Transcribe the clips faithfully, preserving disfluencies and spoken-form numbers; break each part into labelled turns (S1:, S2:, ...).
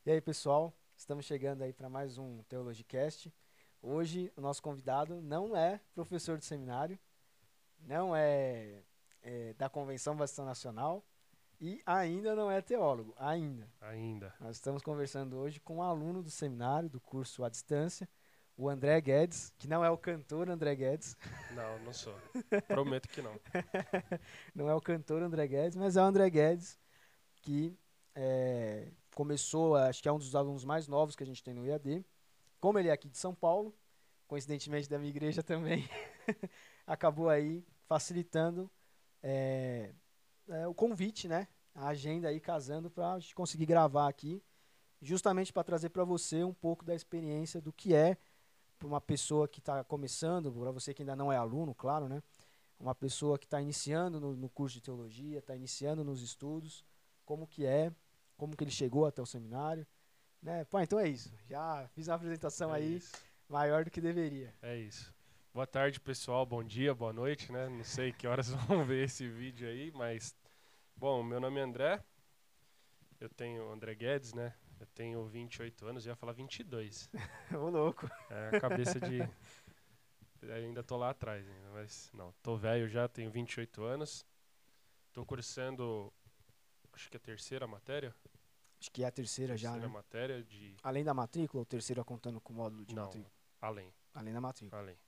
S1: E aí, pessoal, estamos chegando aí para mais um TeologiCast. Hoje, o nosso convidado não é professor de seminário, não é, é da Convenção Batista Nacional e ainda não é teólogo, ainda.
S2: Ainda.
S1: Nós estamos conversando hoje com um aluno do seminário, do curso à distância, o André Guedes, que não é o cantor André Guedes,
S2: Não, não sou. Prometo que não.
S1: não é o cantor André Guedes, mas é o André Guedes que é, começou, acho que é um dos alunos mais novos que a gente tem no I A D. Como ele é aqui de São Paulo, coincidentemente da minha igreja também, acabou aí facilitando é, é, o convite, né? A agenda aí casando para a gente conseguir gravar aqui, justamente para trazer para você um pouco da experiência do que é para uma pessoa que está começando, para você que ainda não é aluno, claro, né? Uma pessoa que está iniciando no, no curso de teologia, está iniciando nos estudos, como que é, como que ele chegou até o seminário, né? Pô, então é isso. Já fiz uma apresentação
S2: É
S1: aí
S2: isso.
S1: maior do que deveria.
S2: É isso. Boa tarde, pessoal. Bom dia, boa noite, né? Não sei que horas vão ver esse vídeo aí, mas... Bom, meu nome é André. Eu tenho André Guedes, né? Eu tenho vinte e oito anos, eu ia falar vinte e dois.
S1: Ô, louco.
S2: É a cabeça de... Ainda tô lá atrás, ainda, mas não. Tô velho já, tenho vinte e oito anos. Tô cursando, acho que é a terceira matéria.
S1: Acho que é a terceira já,
S2: Terceira
S1: né?
S2: matéria de...
S1: Além da matrícula, ou terceira contando com o módulo de
S2: Não,
S1: matrícula?
S2: além.
S1: Além da matrícula.
S2: Além.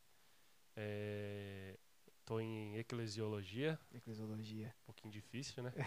S2: É... Tô em eclesiologia.
S1: Eclesiologia.
S2: Um pouquinho difícil, né?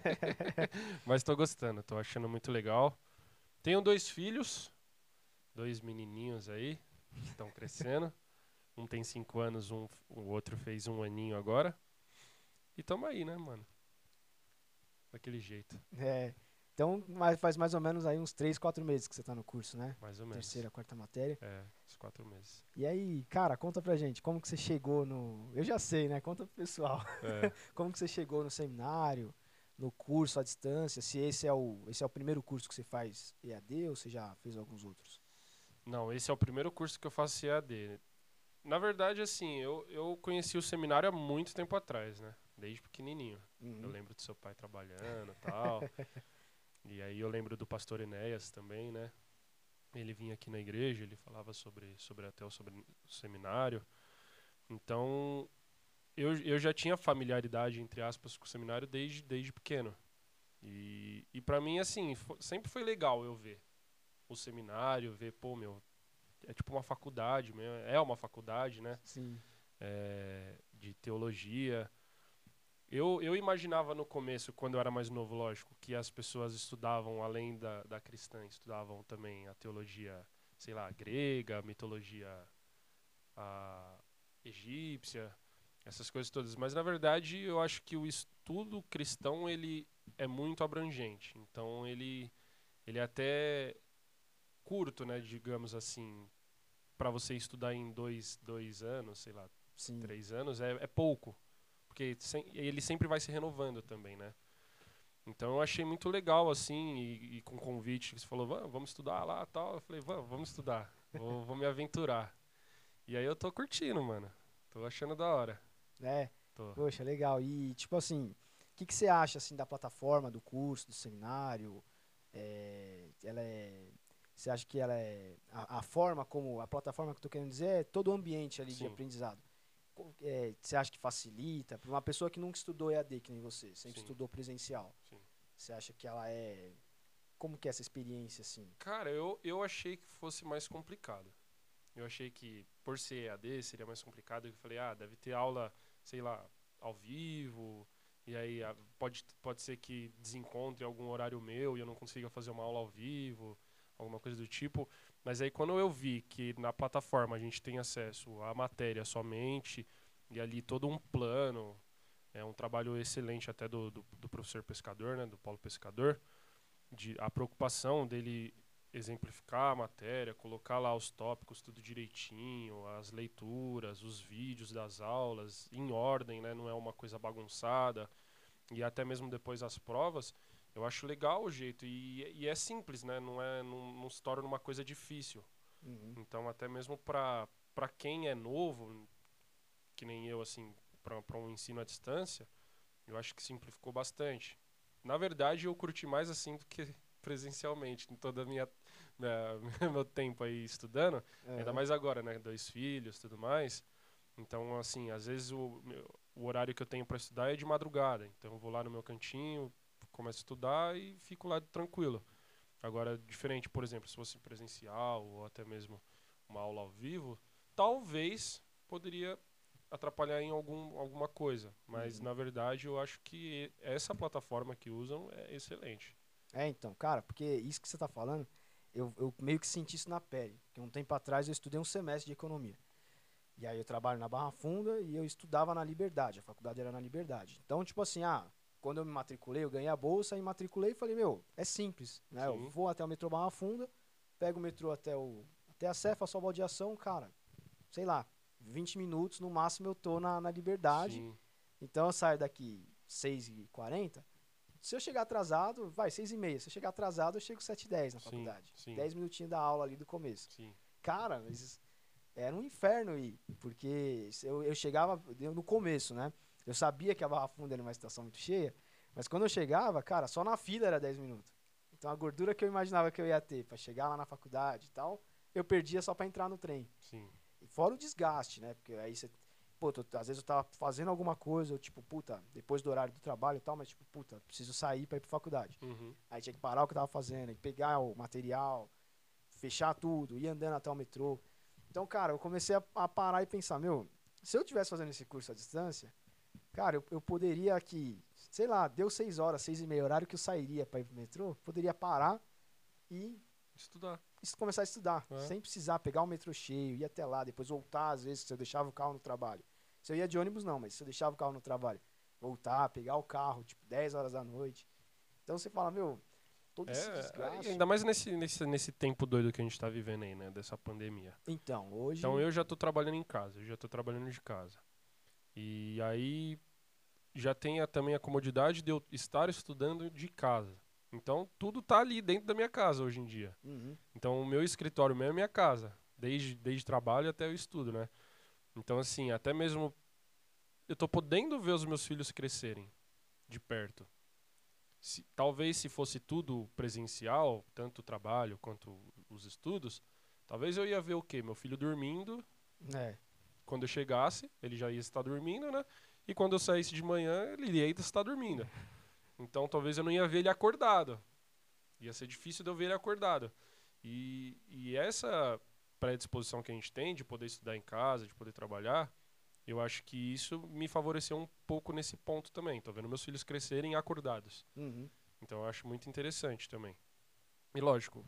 S2: Mas tô gostando, tô achando muito legal. Tenho dois filhos, dois menininhos aí, que estão crescendo. Um tem cinco anos, um, o outro fez um aninho agora. E tamo aí, né, mano? Daquele jeito,
S1: É, então, mas faz mais ou menos aí uns três, quatro meses que você está no curso, né?
S2: mais ou menos.
S1: Terceira, quarta matéria.
S2: É, uns quatro meses.
S1: E aí, cara, conta pra gente, como que você chegou no... Eu já sei, né? Conta pro pessoal.
S2: É.
S1: Como que você chegou no seminário, no curso à distância, se esse é o, esse é o primeiro curso que você faz E A D ou você já fez alguns outros?
S2: Não, esse é o primeiro curso que eu faço E A D. Na verdade, assim, eu, eu conheci o seminário há muito tempo atrás, né? Desde pequenininho. Eu
S1: Uhum.
S2: lembro do seu pai trabalhando e tal. E aí eu lembro do pastor Enéas também, né? Ele vinha aqui na igreja, ele falava sobre, sobre até o sobre o seminário. Então, eu, eu já tinha familiaridade, entre aspas, com o seminário desde, desde pequeno. E, e para mim, assim, fo- sempre foi legal eu ver o seminário, ver, pô, meu, é tipo uma faculdade mesmo, é uma faculdade, né?
S1: Sim.
S2: É, de teologia. Eu, eu imaginava no começo, quando eu era mais novo, lógico, que as pessoas estudavam, além da, da cristã, estudavam também a teologia, sei lá, grega, mitologia a, egípcia, essas coisas todas. Mas, na verdade, eu acho que o estudo cristão, ele é muito abrangente. Então, ele, ele é até curto, né, digamos assim, para você estudar em dois, dois anos, sei lá,
S1: Sim.
S2: três anos, é, é pouco. Porque sem, ele sempre vai se renovando também, né? Então eu achei muito legal, assim, e, e com o convite que você falou, "Vamos, vamos estudar lá e tal." Eu falei, vamos, vamos estudar, vou, vou me aventurar. E aí eu tô curtindo, mano. Tô achando da hora.
S1: É,
S2: Tô.
S1: poxa, legal. E, tipo assim, o que que você acha, assim, da plataforma, do curso, do seminário? É, ela é... Você acha que ela é... A, a forma como... A plataforma que eu tô querendo dizer é todo o ambiente ali de
S2: Sim,
S1: aprendizado. Co- é, você acha que facilita? Para uma pessoa que nunca estudou E A D, que nem você, sempre
S2: sim,
S1: estudou presencial.
S2: sim.
S1: Você acha que ela é... Como que é essa experiência, assim?
S2: Cara, eu, eu achei que fosse mais complicado. Eu achei que, por ser E A D, seria mais complicado. Eu falei, ah, deve ter aula, sei lá, ao vivo. E aí ah, pode, pode ser que desencontre algum horário meu e eu não consiga fazer uma aula ao vivo, alguma coisa do tipo. Mas aí quando eu vi que na plataforma a gente tem acesso à matéria somente, e ali todo um plano, é um trabalho excelente até do, do, do professor Pescador, né, do Paulo Pescador, de, a preocupação dele exemplificar a matéria, colocar lá os tópicos tudo direitinho, as leituras, os vídeos das aulas em ordem, né? Não é uma coisa bagunçada. E até mesmo depois as provas, eu acho legal o jeito e, e é simples, né? Não é, não, não se torna uma coisa difícil.
S1: Uhum.
S2: Então até mesmo para para quem é novo, que nem eu assim, para um ensino à distância, eu acho que simplificou bastante. Na verdade, eu curti mais assim do que presencialmente em toda a minha, minha meu tempo aí estudando,
S1: É.
S2: ainda mais agora, né, dois filhos, tudo mais. Então, assim, às vezes o, meu- o horário que eu tenho para estudar é de madrugada. Então, eu vou lá no meu cantinho, começo a estudar e fico lá tranquilo. Agora, diferente, por exemplo, se fosse presencial ou até mesmo uma aula ao vivo, talvez poderia atrapalhar em algum, alguma coisa. Mas,
S1: Uhum.
S2: na verdade, eu acho que essa plataforma que usam é excelente.
S1: É, então, cara, porque isso que você tá falando, eu, eu meio que senti isso na pele. Porque um tempo atrás eu estudei um semestre de economia. E aí eu trabalho na Barra Funda e eu estudava na Liberdade, a faculdade era na Liberdade. Então, tipo assim, ah, quando eu me matriculei, eu ganhei a bolsa e matriculei e falei, meu, é simples, né? Eu
S2: Sim,
S1: vou até o metrô Barra Funda, pego o metrô até o até a Sé, faço a baldeação, cara, sei lá, vinte minutos no máximo eu tô na, na Liberdade.
S2: sim,
S1: Então eu saio daqui seis e quarenta. Se eu chegar atrasado, vai, seis e meia. Se eu chegar atrasado, eu chego sete e dez na
S2: sim,
S1: faculdade.
S2: sim,
S1: Dez minutinhos da aula ali do começo.
S2: sim,
S1: Cara, mas era um inferno ir, porque eu, eu chegava eu, no começo, né? Eu sabia que a Barra Funda era uma estação muito cheia, mas quando eu chegava, cara, só na fila era dez minutos. Então a gordura que eu imaginava que eu ia ter pra chegar lá na faculdade e tal, eu perdia só pra entrar no trem.
S2: sim,
S1: E fora o desgaste, né? Porque aí você. Pô, tô- às vezes eu tava fazendo alguma coisa, eu, tipo, puta, depois do horário do trabalho e tal, mas tipo, puta, preciso sair pra ir pra faculdade.
S2: uhum,
S1: Aí tinha que parar o que eu tava fazendo, e pegar o material, fechar tudo, ir andando até o metrô. Então, cara, eu comecei a, a parar e pensar, meu, se eu tivesse fazendo esse curso à distância, cara, eu, eu poderia aqui, sei lá, deu seis horas, seis e meia, horário que eu sairia pra ir pro metrô, poderia parar e
S2: estudar.
S1: es- começar a estudar,
S2: Né?
S1: sem precisar pegar o metrô cheio, ir até lá, depois voltar, às vezes, se eu deixava o carro no trabalho. Se eu ia de ônibus, não, mas se eu deixava o carro no trabalho, voltar, pegar o carro, tipo, dez horas da noite. Então você fala, meu, todo esse
S2: É, e
S1: desgaste.
S2: ainda mais nesse, nesse, nesse tempo doido que a gente tá vivendo aí, né? Dessa pandemia.
S1: Então,
S2: Então
S1: hoje.
S2: eu já tô trabalhando em casa, eu já tô trabalhando de casa. E aí já tem a- também a comodidade de eu estar estudando de casa. Então tudo tá ali dentro da minha casa hoje em dia.
S1: Uhum,
S2: Então o meu escritório mesmo é minha casa, desde, desde trabalho até o estudo, né? Então assim, até mesmo eu tô podendo ver os meus filhos crescerem de perto. Se- talvez se fosse tudo presencial, tanto o trabalho quanto os estudos, talvez eu ia ver o quê? Meu filho dormindo.
S1: é.
S2: Quando eu chegasse, ele já ia estar dormindo, né? E quando eu saísse de manhã, ele ia estar dormindo. Então talvez eu não ia ver ele acordado. Ia ser difícil de eu ver ele acordado. E, e essa predisposição que a gente tem de poder estudar em casa, de poder trabalhar, eu acho que isso me favoreceu um pouco nesse ponto também. Tô vendo meus filhos crescerem acordados.
S1: Uhum,
S2: Então eu acho muito interessante também. E lógico,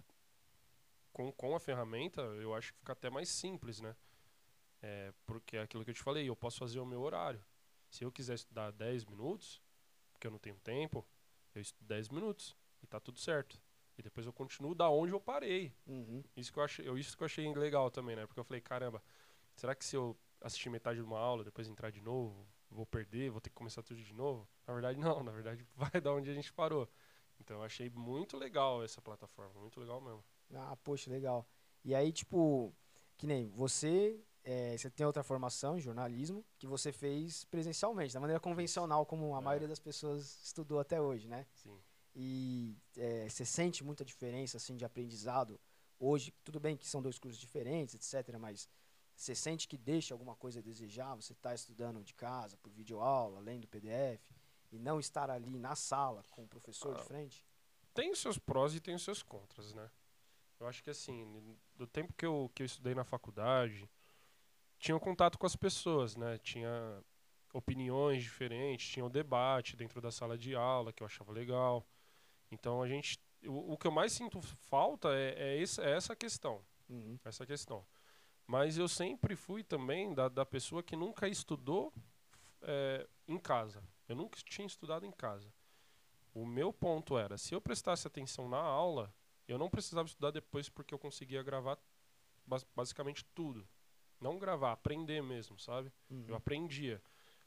S2: com, com a ferramenta, eu acho que fica até mais simples, né? É, porque é aquilo que eu te falei, eu posso fazer o meu horário. Se eu quiser estudar dez minutos, porque eu não tenho tempo, eu estudo dez minutos e tá tudo certo. E depois eu continuo da onde eu parei.
S1: uhum.
S2: Isso que eu achei, eu, isso que eu achei legal também, né? Porque eu falei, caramba, será que se eu assistir metade de uma aula, depois entrar de novo, vou perder, vou ter que começar tudo de novo? Na verdade, não. Na verdade, vai da onde a gente parou. Então eu achei muito legal essa plataforma, muito legal mesmo.
S1: Ah, poxa, legal. E aí, tipo, que nem você, é, você tem outra formação em jornalismo que você fez presencialmente, da maneira
S2: Fiz.
S1: convencional, como a
S2: É,
S1: maioria das pessoas estudou até hoje, né?
S2: sim.
S1: E é, você sente muita diferença, assim, de aprendizado hoje? Tudo bem que são dois cursos diferentes, etcétera, mas você sente que deixa alguma coisa a desejar? Você está estudando de casa, por videoaula, lendo P D F, e não estar ali na sala com o professor de
S2: Ah,
S1: frente?
S2: tem os seus prós e tem os seus contras, né? Eu acho que assim, do tempo que eu, que eu estudei na faculdade, tinha um contato com as pessoas, né? Tinha opiniões diferentes, tinha o debate dentro da sala de aula, que eu achava legal. Então a gente. O, o que eu mais sinto falta é, é, esse- é essa questão.
S1: Uhum,
S2: Essa questão. Mas eu sempre fui também da, da pessoa que nunca estudou é, em casa. Eu nunca tinha estudado em casa. O meu ponto era, se eu prestasse atenção na aula, eu não precisava estudar depois porque eu conseguia gravar bas- basicamente tudo. Não gravar, aprender mesmo, sabe? Eu
S1: uhum,
S2: aprendia.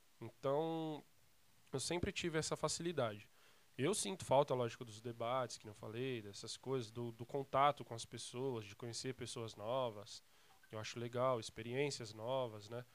S2: Então, eu sempre tive essa facilidade. Eu sinto falta, lógico, dos debates, que nem eu falei, dessas coisas, do, do contato com as pessoas, de conhecer pessoas novas. Eu acho legal, experiências novas, né?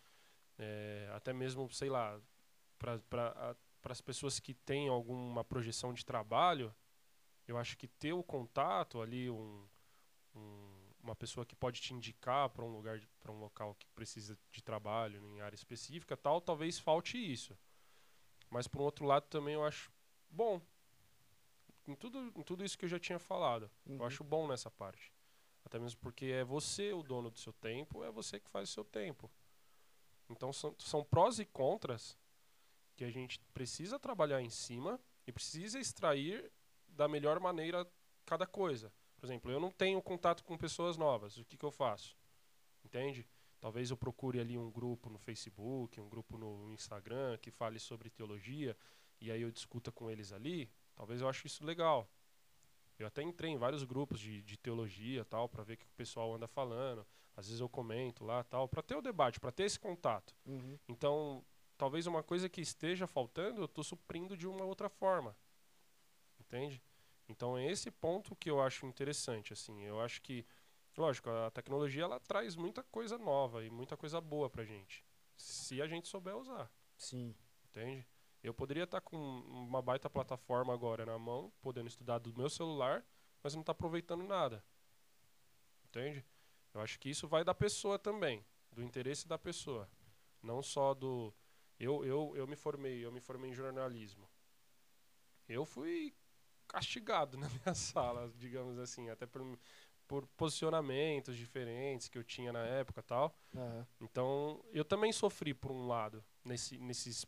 S2: É, até mesmo, sei lá, para as pessoas que têm alguma projeção de trabalho, Eu acho que ter o contato ali, um, um- uma pessoa que pode te indicar para um lugar, para um local que precisa de trabalho em área específica, tal, talvez falte isso. Mas por um outro lado também eu acho bom em tudo, em tudo isso que eu já tinha falado. Eu
S1: Uhum.
S2: acho bom nessa parte. Até mesmo porque é você o dono do seu tempo, é você que faz o seu tempo. Então são, são prós e contras que a gente precisa trabalhar em cima e precisa extrair da melhor maneira cada coisa. Por exemplo, eu não tenho contato com pessoas novas, o que, que eu faço? Entende? Talvez eu procure ali um grupo no Facebook, um grupo no Instagram que fale sobre teologia e aí eu discuta com eles ali. Talvez eu ache isso legal. Eu até entrei em vários grupos de, de teologia tal para ver o que o pessoal anda falando. Às vezes eu comento lá tal para ter o debate, para ter esse contato.
S1: Uhum.
S2: Então, talvez uma coisa que esteja faltando, eu estou suprindo de uma outra forma, entende? Então é esse ponto que eu acho interessante, assim. Eu acho que, lógico, a tecnologia ela traz muita coisa nova e muita coisa boa pra gente, se a gente souber usar,
S1: Sim.
S2: entende? Eu poderia estar com uma baita plataforma agora na mão, podendo estudar do meu celular, mas não tá aproveitando nada, entende? Eu acho que isso vai da pessoa também, do interesse da pessoa, não só do eu, eu, eu me formei, eu me formei em jornalismo. Eu fui castigado na minha sala, digamos assim, até por, por posicionamentos diferentes que eu tinha na época e tal.
S1: Aham.
S2: Então, eu também sofri por um lado, nesse, nesses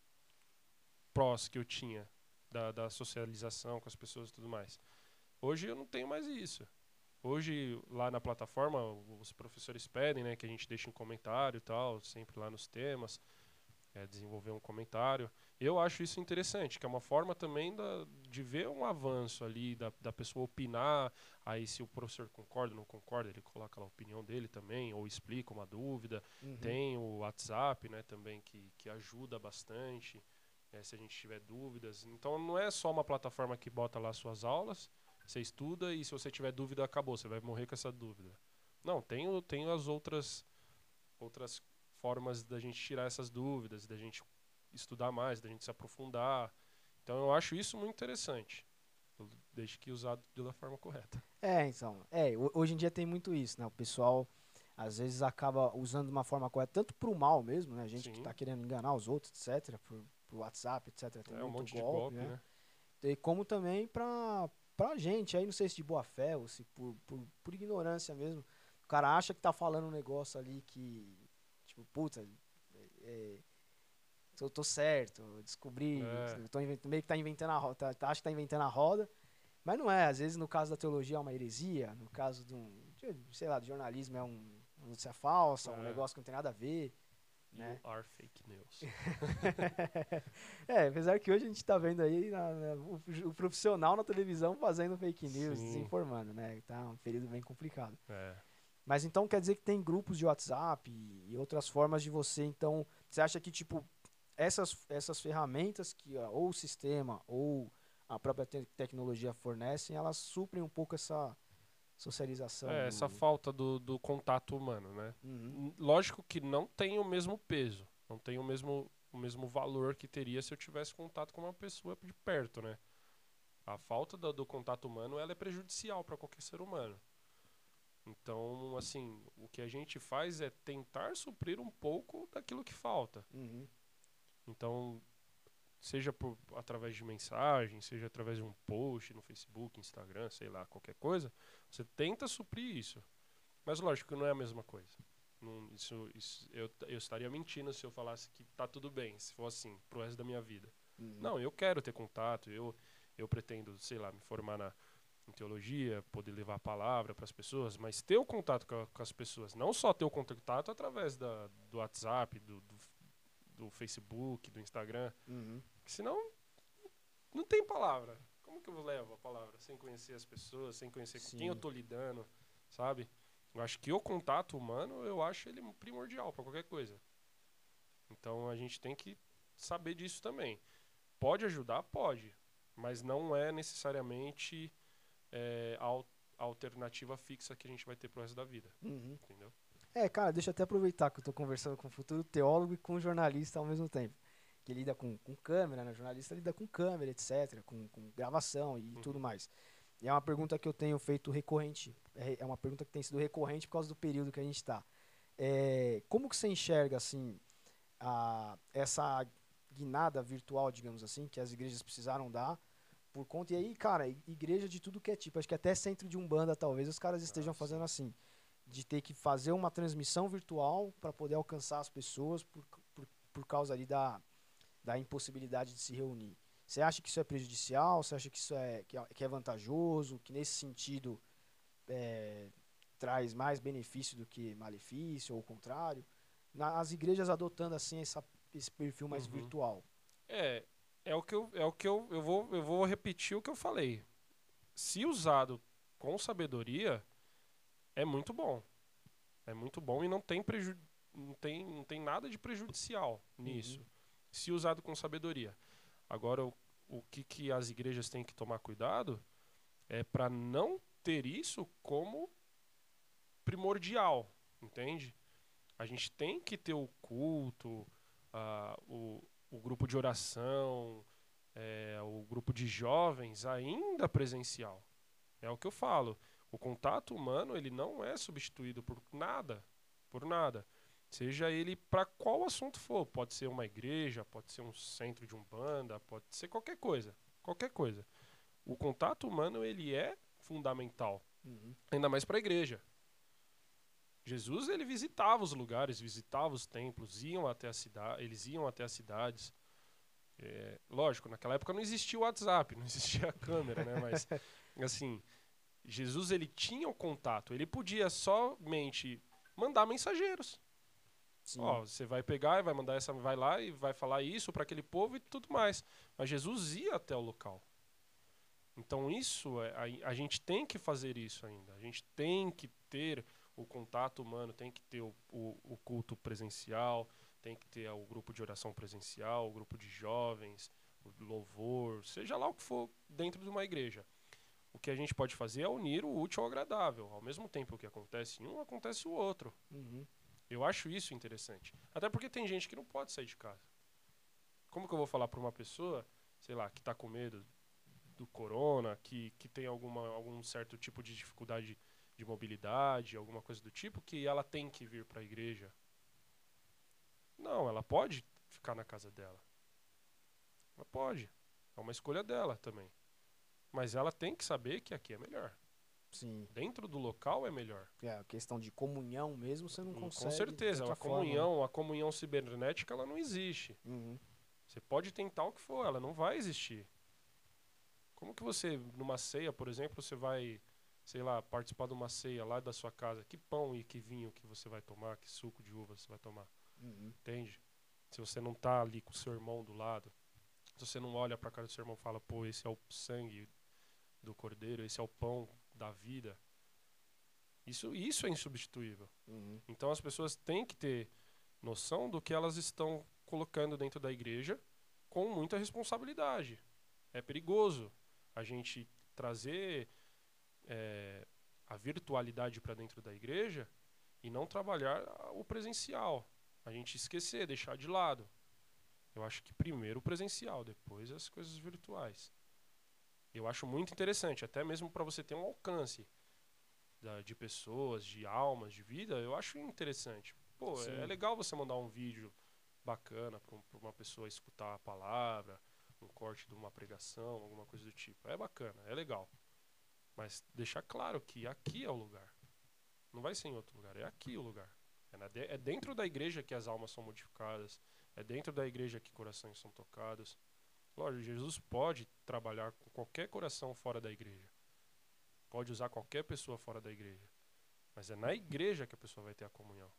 S2: prós que eu tinha da, da socialização com as pessoas e tudo mais. Hoje eu não tenho mais isso. Hoje, lá na plataforma, os professores pedem, né, que a gente deixe um comentário e tal, sempre lá nos temas. É, desenvolver um comentário. Eu acho isso interessante, que é uma forma também da, de ver um avanço ali, da, da pessoa opinar, aí se o professor concorda ou não concorda, ele coloca lá a opinião dele também, ou explica uma dúvida.
S1: Uhum.
S2: Tem o WhatsApp, né, também, que, que ajuda bastante, é, se a gente tiver dúvidas. Então não é só uma plataforma que bota lá suas aulas, você estuda e se você tiver dúvida, acabou, você vai morrer com essa dúvida. Não, tem, o- tem as outras outras formas da gente tirar essas dúvidas, da gente estudar mais, da gente se aprofundar. Então eu acho isso muito interessante, desde que usado da forma correta.
S1: É, então. É, ho- hoje em dia tem muito isso, né? O pessoal às vezes acaba usando de uma forma correta, tanto pro mal mesmo, né? A gente que
S2: Sim,
S1: tá querendo enganar os outros, etcétera, por, por WhatsApp, etcétera. Tem
S2: é um
S1: muito
S2: monte de
S1: golpe,
S2: golpe,
S1: né?
S2: né?
S1: E como também pra, pra gente, aí não sei se de boa fé ou se por, por, por ignorância mesmo. O cara acha que tá falando um negócio ali que, tipo, puta, é, eu tô certo, eu descobri,
S2: É,
S1: eu tô invent- meio que tá inventando a roda, tá, tá- acha que tá inventando a roda, mas não é. Às vezes, no caso da teologia, é uma heresia, no caso de um, de, sei lá, do jornalismo é um, uma notícia falsa, um
S2: é.
S1: negócio que não tem nada a ver,
S2: You
S1: né?
S2: are fake news.
S1: É, apesar que hoje a gente tá vendo aí na- na- o, o profissional na televisão fazendo fake news,
S2: Sim,
S1: desinformando, né? Tá um período bem complicado.
S2: é.
S1: Mas então quer dizer que tem grupos de WhatsApp e, e outras formas de você, então, você acha que, tipo, essas, essas ferramentas que ó, ou o sistema ou a própria te- tecnologia fornecem, elas suprem um pouco essa socialização
S2: É, essa
S1: do...
S2: falta do, do contato humano, né?
S1: Uhum,
S2: N- Lógico que não tem o mesmo peso, não tem o mesmo, o mesmo valor que teria se eu tivesse contato com uma pessoa de perto, né? A falta do, do contato humano, ela é prejudicial para qualquer ser humano. Então, assim, o que a gente faz é tentar suprir um pouco daquilo que falta.
S1: uhum,
S2: Então, seja por, através de mensagem, seja através de um post no Facebook, Instagram, sei lá, qualquer coisa, você tenta suprir isso. Mas lógico que não é a mesma coisa. Não, isso, isso, eu, eu estaria mentindo se eu falasse que tá tudo bem, se for assim, pro resto da minha vida.
S1: uhum,
S2: Não, eu quero ter contato, eu, eu pretendo, sei lá, me formar na, em teologia, poder levar a palavra para as pessoas, mas ter o contato com, a- com as pessoas, não só ter o contato através da, do WhatsApp, do, do, do Facebook, do Instagram,
S1: uhum.
S2: que senão não tem palavra. Como que eu levo a palavra sem conhecer as pessoas, sem conhecer com quem eu
S1: Sim.
S2: tô lidando, sabe? Eu acho que o contato humano, eu acho ele primordial para qualquer coisa. Então a gente tem que saber disso também. Pode ajudar? Pode. Mas não é necessariamente é, a al- a alternativa fixa que a gente vai ter pro resto da vida.
S1: Uhum.
S2: Entendeu?
S1: É, cara, deixa eu até aproveitar que eu tô conversando com um futuro teólogo e com um jornalista ao mesmo tempo. que lida com, com câmera, né? Jornalista lida com câmera, etcétera, com, com gravação e
S2: Uhum.
S1: tudo mais. E é uma pergunta que eu tenho feito recorrente, é é uma pergunta que tem sido recorrente por causa do período que a gente está. É, como que você enxerga, assim, a, essa guinada virtual, digamos assim, que as igrejas precisaram dar por conta. E aí, cara, i- igreja de tudo que é tipo, acho que até centro de Umbanda, talvez os caras
S2: Ah,
S1: estejam fazendo
S2: sim.
S1: assim, de ter que fazer uma transmissão virtual para poder alcançar as pessoas por, por, por causa ali da, da impossibilidade de se reunir. Você acha que isso é prejudicial? Você acha que isso é, que é, que é vantajoso? Que nesse sentido é, traz mais benefício do que malefício, ou o contrário? Na- as igrejas adotando assim essa, esse perfil mais
S2: Uhum.
S1: virtual.
S2: É, é o que eu, é o que eu, eu vou, eu vou repetir o que eu falei. Se usado com sabedoria, é muito bom. É muito bom e não tem, preju não tem, não tem nada de prejudicial
S1: Uhum,
S2: nisso. Se usado com sabedoria. Agora, o, o que, que as igrejas têm que tomar cuidado é para não ter isso como primordial, entende? A gente tem que ter o culto, ah, o, o grupo de oração, é, o grupo de jovens ainda presencial. É o que eu falo. O contato humano ele não é substituído por nada, por nada. Seja ele para qual assunto for. Pode ser uma igreja, pode ser um centro de umbanda, pode ser qualquer coisa, qualquer coisa. O contato humano ele é fundamental,
S1: uhum,
S2: ainda mais para a igreja. Jesus ele visitava os lugares, visitava os templos, iam até a cidade, eles iam até as cidades. É, lógico, naquela época não existia o WhatsApp, não existia a câmera, né? Mas assim, Jesus ele tinha o contato, ele podia somente mandar mensageiros.
S1: sim.
S2: Ó, você vai pegar e vai mandar essa, vai lá e vai falar isso para aquele povo e tudo mais. Mas Jesus ia até o local. Então isso é, a, a gente tem que fazer isso ainda. A gente tem que ter o contato humano, tem que ter o, o, o culto presencial, tem que ter o grupo de oração presencial, o grupo de jovens, o louvor, seja lá o que for dentro de uma igreja. O que a gente pode fazer é unir o útil ao agradável. Ao mesmo tempo que acontece em um, acontece o outro.
S1: Uhum,
S2: Eu acho isso interessante. Até porque tem gente que não pode sair de casa. Como que eu vou falar para uma pessoa, sei lá, que está com medo do corona, que, que tem alguma, algum certo tipo de dificuldade de mobilidade, alguma coisa do tipo, que ela tem que vir para a igreja? Não, ela pode ficar na casa dela. Ela pode. É uma escolha dela também. Mas ela tem que saber que aqui é melhor.
S1: sim.
S2: Dentro do local é melhor.
S1: É, a questão de comunhão mesmo você não
S2: Hum, Com
S1: consegue de
S2: certeza,
S1: outra
S2: a
S1: forma, né?
S2: comunhão, a comunhão cibernética, ela não existe.
S1: Uhum,
S2: Você pode tentar o que for, ela não vai existir. Como que você, numa ceia, por exemplo, você vai, sei lá, participar de uma ceia lá da sua casa? Que pão e que vinho que você vai tomar? Que suco de uva você vai tomar?
S1: uhum,
S2: Entende? Se você não tá ali com o seu irmão do lado, se você não olha pra cara do seu irmão e fala, pô, esse é o sangue do cordeiro, esse é o pão da vida, isso, isso é insubstituível.
S1: uhum,
S2: Então as pessoas têm que ter noção do que elas estão colocando dentro da igreja com muita responsabilidade. É perigoso a gente trazer é, a virtualidade para dentro da igreja e não trabalhar o presencial. A gente esquecer, deixar de lado. Eu acho que primeiro o presencial, depois as coisas virtuais. Eu acho muito interessante, até mesmo para você ter um alcance da, de pessoas, de almas, de vida, eu acho interessante. Pô, é
S1: sim.
S2: legal você mandar um vídeo bacana para um, uma pessoa escutar a palavra, um corte de uma pregação, alguma coisa do tipo. É bacana, é legal. Mas deixar claro que aqui é o lugar. Não vai ser em outro lugar, é aqui o lugar. É, na de, é dentro da igreja que as almas são modificadas, é dentro da igreja que corações são tocados. Lógico, Jesus pode trabalhar com qualquer coração fora da igreja. Pode usar qualquer pessoa fora da igreja. Mas é na igreja que a pessoa vai ter a comunhão.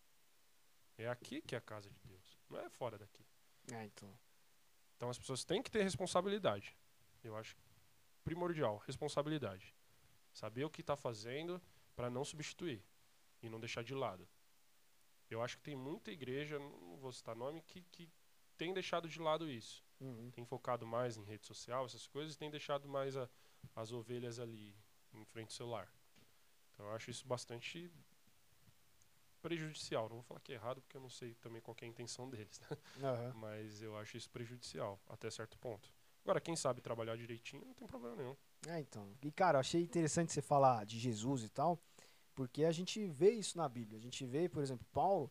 S2: É aqui que é a casa de Deus. Não é fora daqui.
S1: É, então.
S2: Então as pessoas têm que ter responsabilidade. Eu acho primordial, responsabilidade. Saber o que está fazendo para não substituir e não deixar de lado. Eu acho que tem muita igreja, não vou citar nome, que, que tem deixado de lado isso.
S1: Uhum.
S2: Tem focado mais em rede social, essas coisas, e tem deixado mais a, as ovelhas ali em frente ao celular. Então eu acho isso bastante prejudicial. Não vou falar que é errado, porque eu não sei também qual que é a intenção deles, né?
S1: Aham.
S2: Mas eu acho isso prejudicial, até certo ponto. Agora, quem sabe trabalhar direitinho, não tem problema nenhum.
S1: É, então. E, cara, eu achei interessante você falar de Jesus e tal, porque a gente vê isso na Bíblia. A gente vê, por exemplo, Paulo,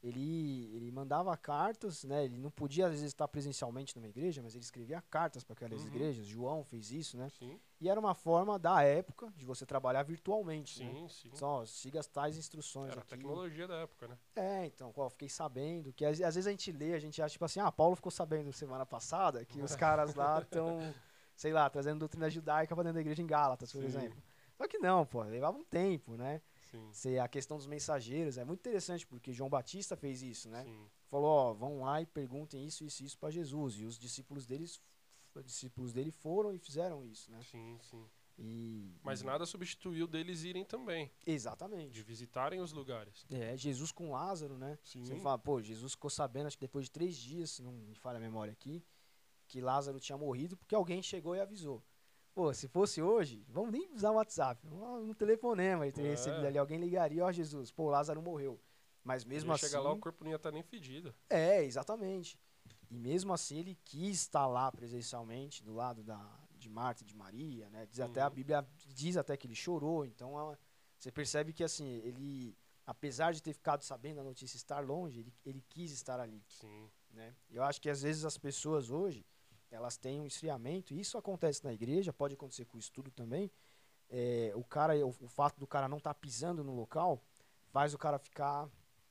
S1: ele, ele mandava cartas, né? Ele não podia, às vezes, estar presencialmente numa igreja, mas ele escrevia cartas para aquelas
S2: Uhum.
S1: igrejas. João fez isso, né?
S2: Sim,
S1: E era uma forma da época de você trabalhar virtualmente, né?
S2: sim, sim.
S1: Só, siga as tais instruções
S2: Era a
S1: aqui.
S2: tecnologia da época, né?
S1: É, então, ó, fiquei sabendo que às, às vezes a gente lê, a gente acha tipo assim, ah, Paulo ficou sabendo semana passada que os caras lá estão, sei lá, trazendo doutrina judaica pra dentro da igreja em Gálatas, por
S2: Sim,
S1: exemplo. Só que não, pô, levava um tempo, né?
S2: sim,
S1: Se a questão dos mensageiros é muito interessante porque João Batista fez isso, né?
S2: sim.
S1: Falou, ó, vão lá e perguntem isso, isso, isso para Jesus. E os discípulos deles, os discípulos dele foram e fizeram isso, né?
S2: Sim, sim.
S1: E,
S2: Mas
S1: e-
S2: nada substituiu deles irem também, de
S1: exatamente.
S2: visitarem os lugares.
S1: É, Jesus com Lázaro, né? Você
S2: Sim,
S1: fala, pô, Jesus ficou sabendo, acho que depois de três dias, se não me falha a memória aqui, que Lázaro tinha morrido porque alguém chegou e avisou. Pô, se fosse hoje, vamos nem usar o WhatsApp, um telefonema ele teria recebido
S2: é.
S1: ali, alguém ligaria, ó Jesus, pô, Lázaro morreu. Mas
S2: Ele
S1: mesmo
S2: ia chegar lá, o
S1: assim,
S2: corpo não ia estar nem fedido.
S1: é, exatamente. E mesmo assim ele quis estar lá presencialmente, do lado da, de Marta e de Maria, né? Diz até a
S2: Uhum.
S1: Bíblia diz até que ele chorou, então a- você percebe que assim, ele, apesar de ter ficado sabendo da notícia estar longe, ele, ele quis estar ali,
S2: Sim,
S1: né? Eu acho que às vezes as pessoas hoje, elas têm um esfriamento, e isso acontece na igreja, pode acontecer com o estudo também. É, o cara, o, o fato do cara não estar pisando no local faz o cara ficar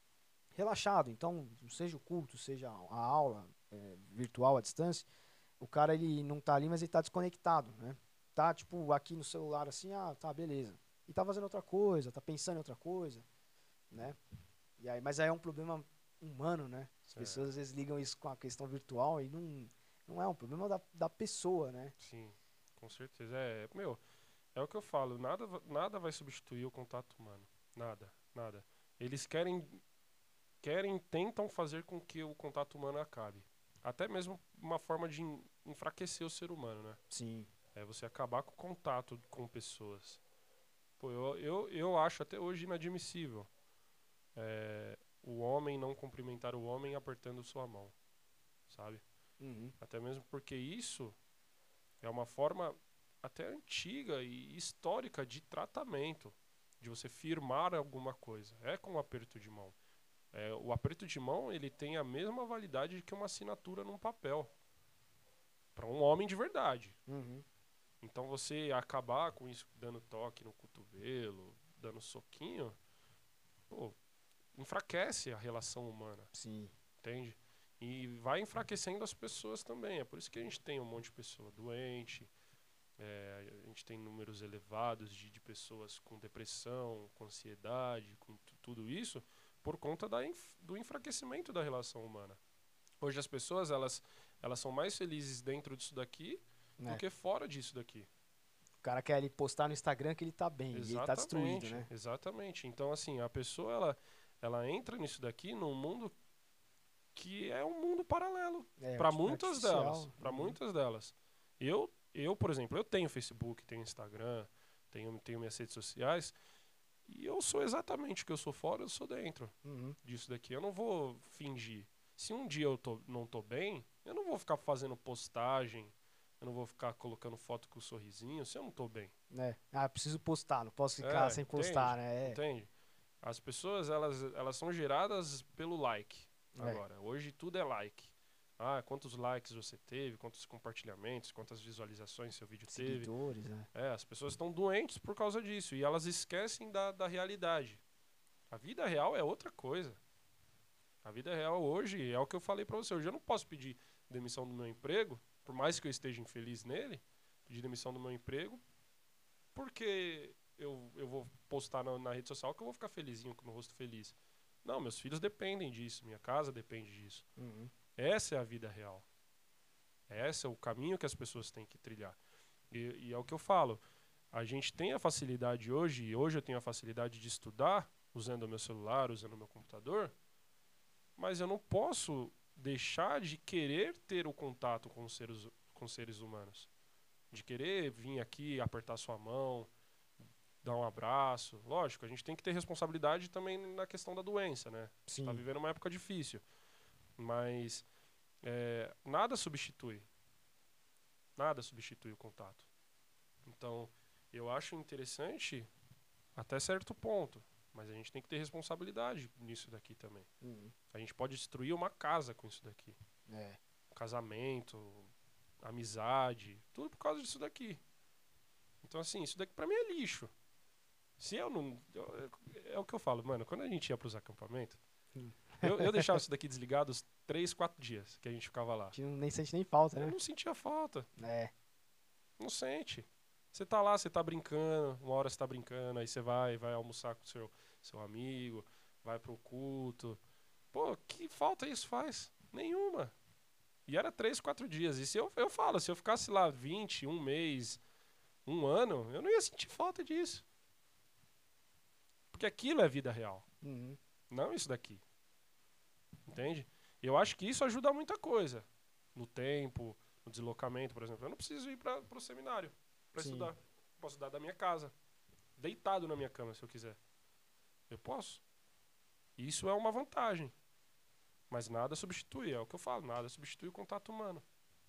S1: relaxado. Então, seja o culto, seja a aula é, virtual à distância, o cara ele não tá ali, mas ele tá desconectado, né? Tá tipo aqui no celular assim, ah, tá, beleza. E tá fazendo outra coisa, tá pensando em outra coisa, né? E aí, mas aí é um problema humano, né? As
S2: é,
S1: pessoas às vezes ligam isso com a questão virtual e não, não é um problema da, da pessoa, né?
S2: sim, com certeza. É, meu, é o que eu falo, nada, va- nada vai substituir o contato humano. Nada, nada. Eles querem, querem, tentam fazer com que o contato humano acabe. Até mesmo uma forma de en- enfraquecer o ser humano, né?
S1: Sim.
S2: É você acabar com o contato com pessoas. Pô, eu, eu, eu acho até hoje inadmissível é, o homem não cumprimentar o homem apertando sua mão, sabe?
S1: Uhum.
S2: Até mesmo porque isso é uma forma até antiga e histórica de tratamento, de você firmar alguma coisa. É com o aperto de mão. É, o aperto de mão ele tem a mesma validade que uma assinatura num papel para um homem de verdade.
S1: Uhum.
S2: Então você acabar com isso dando toque no cotovelo, dando soquinho, pô, enfraquece a relação humana,
S1: Sim.
S2: entende? E vai enfraquecendo as pessoas também. É por isso que a gente tem um monte de pessoa doente, é, a gente tem números elevados de, de pessoas com depressão, com ansiedade, com tu- tudo isso, por conta da, enf- do enfraquecimento da relação humana. Hoje as pessoas, elas, elas são mais felizes dentro disso daqui do
S1: Né?
S2: que fora disso daqui.
S1: O cara quer ele postar no Instagram que ele tá bem e ele tá destruído,
S2: Exatamente,
S1: né?
S2: exatamente. Então, assim, a pessoa, ela, ela entra nisso daqui num mundo que é um mundo paralelo
S1: É,
S2: para
S1: arti-
S2: muitas delas,
S1: artificial.
S2: para
S1: Uhum.
S2: muitas delas. Eu, eu, por exemplo, eu tenho Facebook, tenho Instagram, tenho, tenho minhas redes sociais e eu sou exatamente o que eu sou fora, eu sou dentro
S1: Uhum.
S2: disso daqui. Eu não vou fingir. Se um dia eu tô, não tô bem, eu não vou ficar fazendo postagem, eu não vou ficar colocando foto com sorrisinho se eu não tô bem.
S1: Né? Ah, preciso postar, não posso ficar
S2: É,
S1: sem postar,
S2: entende?
S1: né? É.
S2: Entende? As pessoas, elas, elas são geradas pelo like.
S1: É.
S2: Agora, hoje tudo é like. Ah, quantos likes você teve, quantos compartilhamentos, quantas visualizações seu vídeo teve.
S1: Seguidores, né?
S2: É, as pessoas estão doentes por causa disso e elas esquecem da, da realidade. A vida real é outra coisa. A vida real hoje é o que eu falei pra você. Hoje eu não posso pedir demissão do meu emprego, por mais que eu esteja infeliz nele, pedir demissão do meu emprego, porque eu, eu vou postar na, na rede social que eu vou ficar felizinho, com o meu rosto feliz. Não, meus filhos dependem disso, minha casa depende disso.
S1: Uhum.
S2: Essa é a vida real. Esse é o caminho que as pessoas têm que trilhar. E, e é o que eu falo. A gente tem a facilidade hoje, e hoje eu tenho a facilidade de estudar usando o meu celular, usando o meu computador, mas eu não posso deixar de querer ter o contato com os seres, com os seres humanos. De querer vir aqui, apertar sua mão, dar um abraço. Lógico, a gente tem que ter responsabilidade também na questão da doença, né? Você tá
S1: Sim.
S2: vivendo uma época difícil. Mas é, nada substitui. Nada substitui o contato. Então, eu acho interessante até certo ponto. Mas a gente tem que ter responsabilidade nisso daqui também.
S1: Uhum.
S2: A gente pode destruir uma casa com isso daqui.
S1: É.
S2: Um casamento, amizade, tudo por causa disso daqui. Então, assim, isso daqui pra mim é lixo. Se eu não. eu- é o que eu falo, mano, quando a gente ia pros acampamentos,
S1: Hum.
S2: eu, eu deixava isso daqui desligado os três, quatro dias que a gente ficava lá.
S1: A gente não, nem sente nem falta,
S2: Eu
S1: né?
S2: não sentia falta.
S1: É.
S2: Não sente. Você tá lá, você tá brincando, uma hora você tá brincando, aí você vai, vai almoçar com seu, seu amigo, vai pro culto. Pô, que falta isso faz? Nenhuma. E era três, quatro dias. E se eu, eu falo, se eu ficasse lá vinte, um mês, um ano, eu não ia sentir falta disso. Porque aquilo é vida real,
S1: Uhum.
S2: não isso daqui. Entende? Eu acho que isso ajuda muita coisa. No tempo, no deslocamento, por exemplo. Eu não preciso ir para o seminário para
S1: Sim.
S2: estudar. Posso estudar da minha casa. Deitado na minha cama, se eu quiser. Eu posso. Isso é uma vantagem. Mas nada substitui, é o que eu falo, nada substitui o contato humano.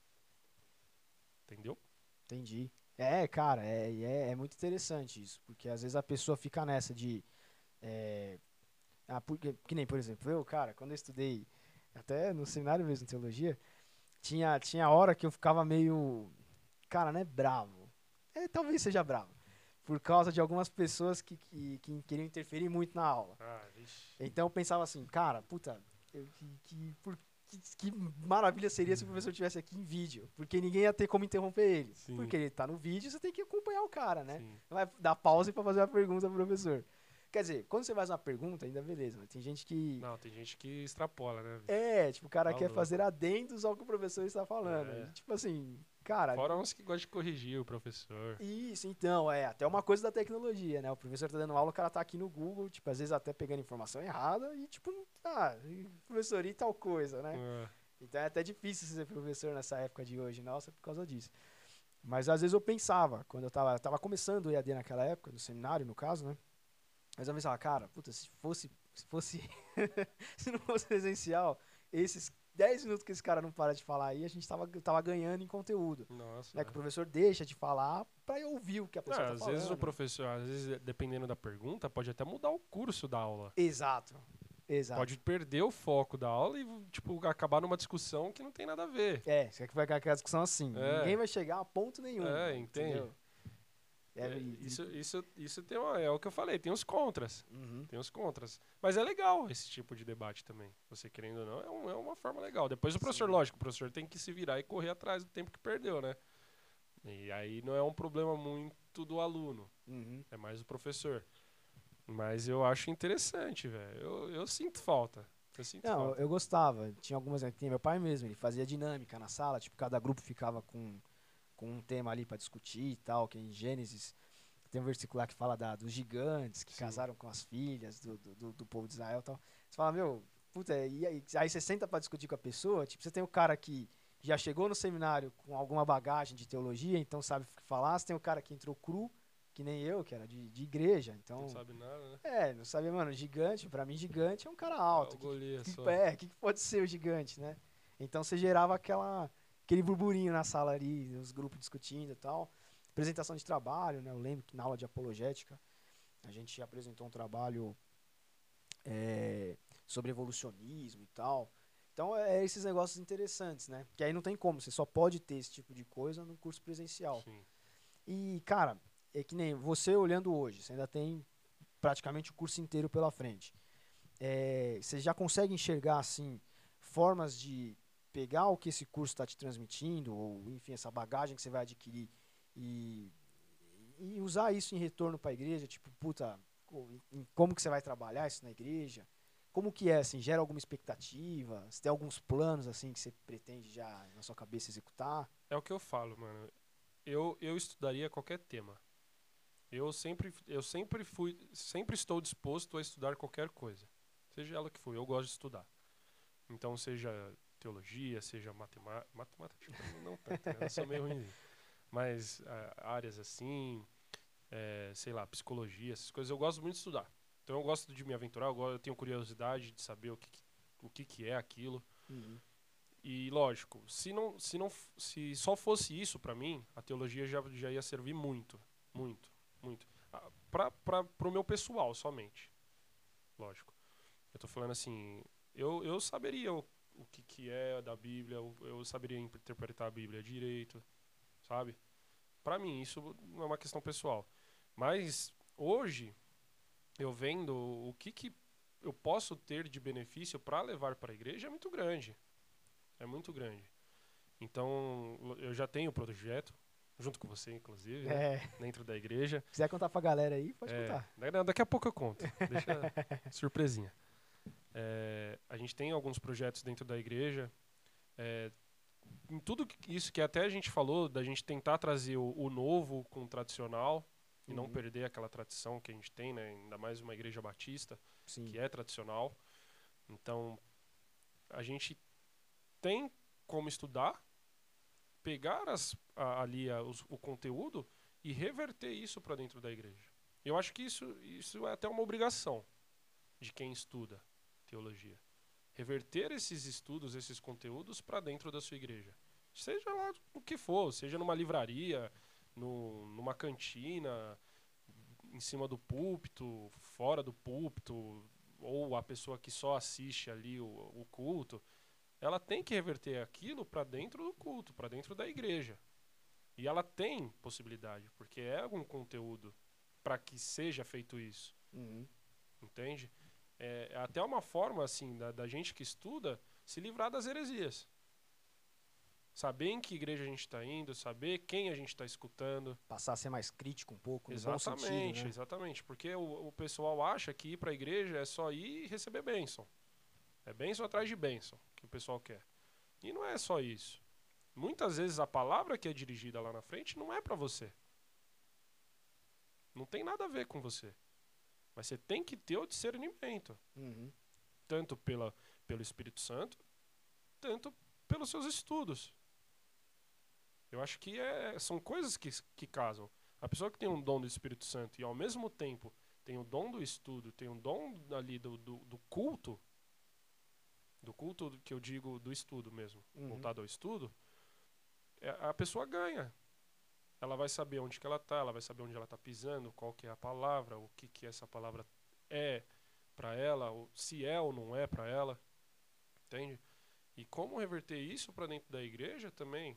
S2: Entendeu?
S1: Entendi. É, cara, é, e é, é muito interessante isso, porque às vezes a pessoa fica nessa de. É, ah, porque, que nem, por exemplo, eu, cara, quando eu estudei, até no seminário mesmo, de teologia, tinha, tinha hora que eu ficava meio. Cara, né, bravo. É, talvez seja bravo. Por causa de algumas pessoas que, que, que queriam interferir muito na aula.
S2: Ah, vixe.
S1: Então eu pensava assim, cara, puta, eu, que, que, por- que, que maravilha seria se o professor estivesse aqui em vídeo. Porque ninguém ia ter como interromper ele.
S2: Sim.
S1: Porque ele tá no vídeo, você tem que acompanhar o cara, né?
S2: Sim.
S1: Não vai dar pausa pra fazer uma pergunta pro professor. Quer dizer, quando você faz uma pergunta, ainda beleza, mas tem gente que.
S2: Não, tem gente que extrapola, né? bicho?
S1: É, tipo, o cara
S2: Tá
S1: quer
S2: louco.
S1: fazer adendos ao que o professor está falando.
S2: É.
S1: E, tipo assim, cara.
S2: Fora uns que gostam de corrigir o professor.
S1: Isso, então, é até uma coisa da tecnologia, né? O professor tá dando aula, o cara tá aqui no Google, tipo, às vezes até pegando informação errada e, tipo, ah, professor, e tal coisa, né?
S2: É.
S1: Então é até difícil ser professor nessa época de hoje, nossa, por causa disso. Mas às vezes eu pensava, quando eu tava, eu tava começando o E A D naquela época, no seminário, no caso, né? Mas eu pensava, cara, puta, se fosse, se fosse, se não fosse presencial, esses dez minutos que esse cara não para de falar aí, a gente tava, tava ganhando em conteúdo.
S2: Nossa.
S1: Né, que o professor deixa de falar pra eu ouvir o que a
S2: Não,
S1: pessoa tá
S2: às
S1: falando.
S2: vezes o professor, às vezes, dependendo da pergunta, pode até mudar o curso da aula.
S1: Exato. Exato.
S2: Pode perder o foco da aula e, tipo, acabar numa discussão que não tem nada a ver.
S1: É, isso aqui vai ficar aquela discussão assim.
S2: É.
S1: Ninguém vai chegar a ponto nenhum.
S2: É,
S1: né,
S2: entende?
S1: entendeu? É,
S2: É,
S1: e-
S2: isso, isso, isso tem uma, é o que eu falei, tem os contras.
S1: Uhum.
S2: Tem os contras. Mas é legal esse tipo de debate também. Você querendo ou não, é, um- é uma forma legal. Depois o professor,
S1: Sim.
S2: lógico, o professor tem que se virar e correr atrás do tempo que perdeu, né? E aí não é um problema muito do aluno,
S1: Uhum.
S2: é mais do professor. Mas eu acho interessante, velho. Eu, eu sinto falta. Eu sinto
S1: Não, eu,
S2: falta.
S1: eu gostava. Tinha algumas. Tinha meu pai mesmo, ele fazia dinâmica na sala, tipo, cada grupo ficava com, com um tema ali pra discutir e tal, que em Gênesis tem um versículo lá que fala da, dos gigantes que
S2: Sim.
S1: casaram com as filhas do, do, do- do povo de Israel e tal. Você fala, meu, puta, e aí, aí você senta pra discutir com a pessoa, tipo, você tem o cara que já chegou no seminário com alguma bagagem de teologia, então sabe o que falar, você tem o cara que entrou cru, que nem eu, que era de, de igreja, então...
S2: Não sabe nada, né?
S1: É, não sabia, mano, gigante, pra mim gigante é um cara alto.
S2: É o
S1: que-
S2: Golias
S1: que,
S2: só.
S1: é, o que, que pode ser o gigante, né? Então você gerava aquela, aquele burburinho na sala ali, os grupos discutindo e tal. Apresentação de trabalho, né? Eu lembro que na aula de apologética a gente apresentou um trabalho é, sobre evolucionismo e tal. Então é é esses negócios interessantes, né? Que aí não tem como, você só pode ter esse tipo de coisa no curso presencial.
S2: Sim.
S1: E, cara, é que nem você olhando hoje, você ainda tem praticamente o curso inteiro pela frente. É, você já consegue enxergar, assim, formas de pegar o que esse curso está te transmitindo, ou, enfim, essa bagagem que você vai adquirir e, e usar isso em retorno para a igreja, tipo, puta, co- em- como que você vai trabalhar isso na igreja? Como que é, assim, gera alguma expectativa? Você tem alguns planos, assim, que você pretende já na sua cabeça executar?
S2: É o que eu falo, mano. Eu, eu estudaria qualquer tema. Eu sempre, eu sempre fui, sempre estou disposto a estudar qualquer coisa. Seja ela que for, eu gosto de estudar. Então, seja teologia, seja matemática. Matemática, acho que não tanto, né? Eu sou meio ruim. Mas ah, áreas assim, é, sei lá, psicologia, essas coisas. Eu gosto muito de estudar. Então eu gosto de me aventurar, eu, go- eu tenho curiosidade de saber o que, que- o que, que é aquilo.
S1: Uhum.
S2: E lógico, se não, se não, f- se só fosse isso pra mim, a teologia já, já ia servir muito, muito, muito. Ah, Pra, pra, pro meu pessoal somente, lógico. Eu tô falando assim, eu, eu saberia o, o que, que é da Bíblia, eu, eu saberia interpretar a Bíblia direito, sabe? Pra mim, isso não é uma questão pessoal. Mas hoje, eu vendo o que, que eu posso ter de benefício para levar para a igreja é muito grande. É muito grande. Então, eu já tenho o projeto, junto com você, inclusive, né?
S1: É,
S2: Dentro da igreja.
S1: quiser contar pra galera aí, pode
S2: É,
S1: contar.
S2: da- daqui a pouco eu conto. Deixa surpresinha. É, a gente tem alguns projetos dentro da igreja. É, em tudo que- isso que até a gente falou, da gente tentar trazer o, o novo com o tradicional e não
S1: Uhum.
S2: perder aquela tradição que a gente tem, né? Ainda mais uma igreja batista,
S1: Sim.
S2: que é tradicional. Então, a gente tem como estudar, pegar as, a- ali a- os- o conteúdo e reverter isso para dentro da igreja. Eu acho que isso, isso é até uma obrigação de quem estuda teologia. Reverter esses estudos, esses conteúdos para dentro da sua igreja. Seja lá o que for, seja numa livraria, no, numa cantina, em cima do púlpito, fora do púlpito, ou a pessoa que só assiste ali o, o culto, ela tem que reverter aquilo para dentro do culto, para dentro da igreja. E ela tem possibilidade, porque é algum conteúdo para que seja feito isso,
S1: Uhum.
S2: entende? É, é até uma forma assim da, da gente que estuda se livrar das heresias. Saber em que igreja a gente está indo, saber quem a gente está escutando.
S1: Passar a ser mais crítico um pouco, no bom sentido,
S2: Exatamente,
S1: né?
S2: exatamente. Porque o, o pessoal acha que ir para a igreja é só ir e receber bênção. É bênção atrás de bênção que o pessoal quer. E não é só isso. Muitas vezes a palavra que é dirigida lá na frente não é para você. Não tem nada a ver com você. Mas você tem que ter o discernimento.
S1: Uhum.
S2: Tanto pela, pelo Espírito Santo, tanto pelos seus estudos. Eu acho que é, são coisas que, que casam. A pessoa que tem um dom do Espírito Santo e ao mesmo tempo tem o dom do estudo, tem o dom ali do, do, do culto, do culto que eu digo do estudo mesmo,
S1: Uhum.
S2: voltado ao estudo, é, a pessoa ganha. Ela vai saber onde que ela está, ela vai saber onde ela está pisando, qual que é a palavra, o que que essa palavra é para ela, ou se é ou não é para ela, entende? E como reverter isso para dentro da igreja também.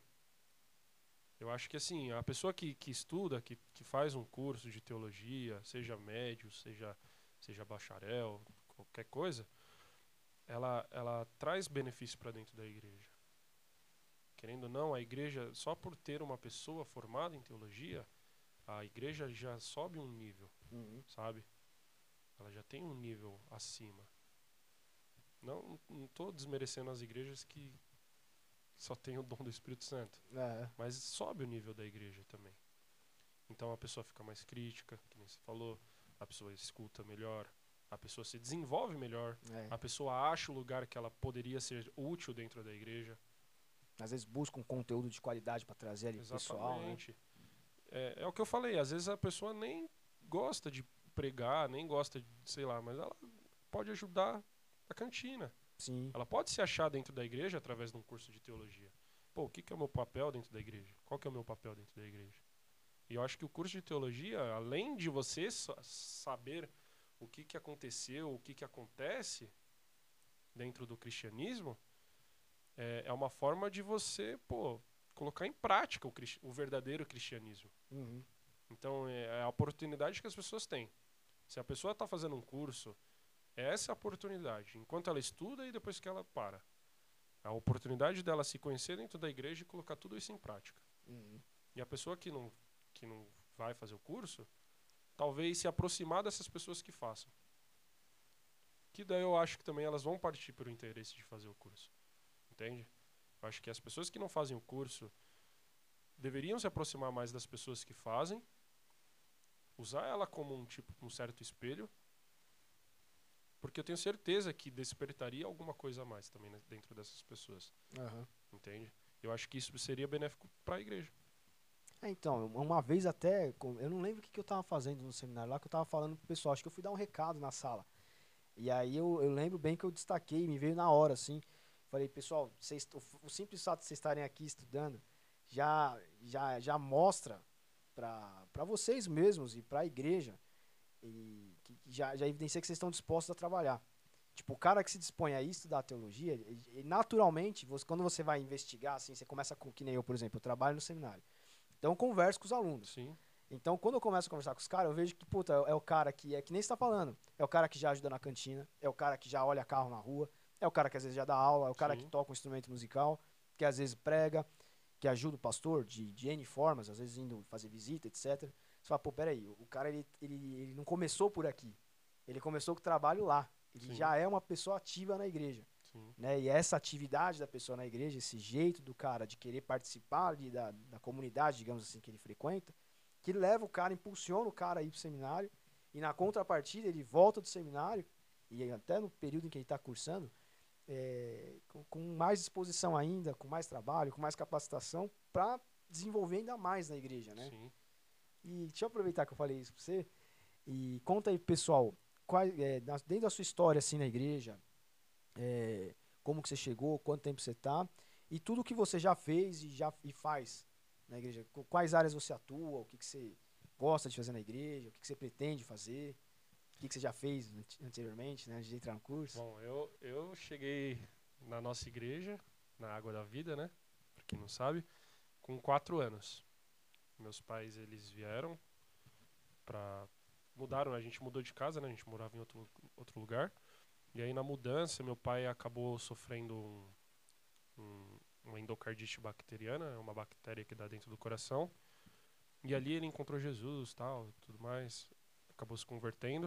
S2: Eu acho que assim, a pessoa que, que estuda, que, que faz um curso de teologia, seja médio, seja, seja bacharel, qualquer coisa, ela, ela traz benefício para dentro da igreja. Querendo ou não, a igreja, só por ter uma pessoa formada em teologia, a igreja já sobe um nível,
S1: Uhum.
S2: sabe? Ela já tem um nível acima. Não não estou desmerecendo as igrejas que só têm o dom do Espírito Santo,
S1: É.
S2: mas sobe o nível da igreja também. Então a pessoa fica mais crítica, que nem você falou, a pessoa escuta melhor, a pessoa se desenvolve melhor,
S1: É.
S2: a pessoa acha o lugar que ela poderia ser útil dentro da igreja.
S1: Às vezes busca um conteúdo de qualidade pra trazer ali pro pessoal, né?
S2: Exatamente. É, é o que eu falei, às vezes a pessoa nem gosta de pregar, nem gosta de, sei lá, mas ela pode ajudar a cantina.
S1: Sim.
S2: Ela pode se achar dentro da igreja através de um curso de teologia. Pô, o que, que é o meu papel dentro da igreja? Qual que é o meu papel dentro da igreja? E eu acho que o curso de teologia, além de você sa- saber o que, que aconteceu, o que, que acontece dentro do cristianismo, é, é uma forma de você, pô, colocar em prática o, cristi- o verdadeiro cristianismo.
S1: Uhum.
S2: Então, é é a oportunidade que as pessoas têm. Se a pessoa está fazendo um curso, essa é a oportunidade. Enquanto ela estuda e depois que ela para. A oportunidade dela se conhecer dentro da igreja e colocar tudo isso em prática.
S1: Uhum.
S2: E a pessoa que não, que não vai fazer o curso, talvez se aproximar dessas pessoas que façam. Que daí eu acho que também elas vão partir pelo interesse de fazer o curso. Entende? Eu acho que as pessoas que não fazem o curso deveriam se aproximar mais das pessoas que fazem, usar ela como um tipo, um certo espelho, porque eu tenho certeza que despertaria alguma coisa a mais também, né, dentro dessas pessoas.
S1: Aham.
S2: Entende? Eu acho que isso seria benéfico para a igreja.
S1: É, então, uma vez até, com- eu não lembro o que, que eu tava fazendo no seminário lá, que eu tava falando pro pessoal, acho que eu fui dar um recado na sala. E aí eu, eu lembro bem que eu destaquei, me veio na hora, assim. Falei, pessoal, vocês, o, o simples fato de vocês estarem aqui estudando já, já, já mostra para para vocês mesmos e para a igreja e que, que já, já evidencia que vocês estão dispostos a trabalhar. Tipo, o cara que se dispõe a estudar teologia, ele- ele- naturalmente, você, quando você vai investigar, assim, você começa com, que nem eu, por exemplo, eu trabalho no seminário. Então eu converso com os alunos.
S2: Sim,
S1: Então, quando eu começo a conversar com os caras, eu vejo que, puta, é, é o cara que é que nem você tá falando. É o cara que já ajuda na cantina, é o cara que já olha carro na rua, é o cara que às vezes já dá aula, é o cara que
S2: sim,
S1: toca um instrumento musical, que às vezes prega, que ajuda o pastor de, de N formas, às vezes indo fazer visita, etcétera. Você fala, pô, peraí, o cara ele, ele, ele não começou por aqui. Ele começou com o trabalho lá. Ele
S2: sim,
S1: já é uma pessoa ativa na igreja.
S2: sim,
S1: Né? E essa atividade da pessoa na igreja, esse jeito do cara de querer participar ali da, da comunidade, digamos assim, que ele frequenta, que leva o cara, impulsiona o cara a ir pro seminário, e na contrapartida ele volta do seminário, e até no período em que ele está cursando, é, com, com mais disposição ainda, com mais trabalho, com mais capacitação, para desenvolver ainda mais na igreja, né?
S2: sim.
S1: E deixa eu aproveitar que eu falei isso para você, e conta aí, pessoal, qual, é, na- dentro da sua história assim na igreja, é, como que você chegou, quanto tempo você está, e tudo que você já fez e já e faz na igreja. Qu- Quais áreas você atua, o que, que você gosta de fazer na igreja, o que, que você pretende fazer, o que, que você já fez ante- anteriormente, né, antes de entrar no curso.
S2: Bom, eu, eu cheguei na nossa igreja, na Água da Vida, né? Pra quem não sabe, com quatro anos. Meus pais, eles vieram pra... Mudaram, a gente mudou de casa, né? A gente morava em outro, outro lugar. E aí, na mudança, meu pai acabou sofrendo um, um, uma endocardite bacteriana, é uma bactéria que dá dentro do coração. E ali ele encontrou Jesus, tal, tudo mais. Acabou se convertendo.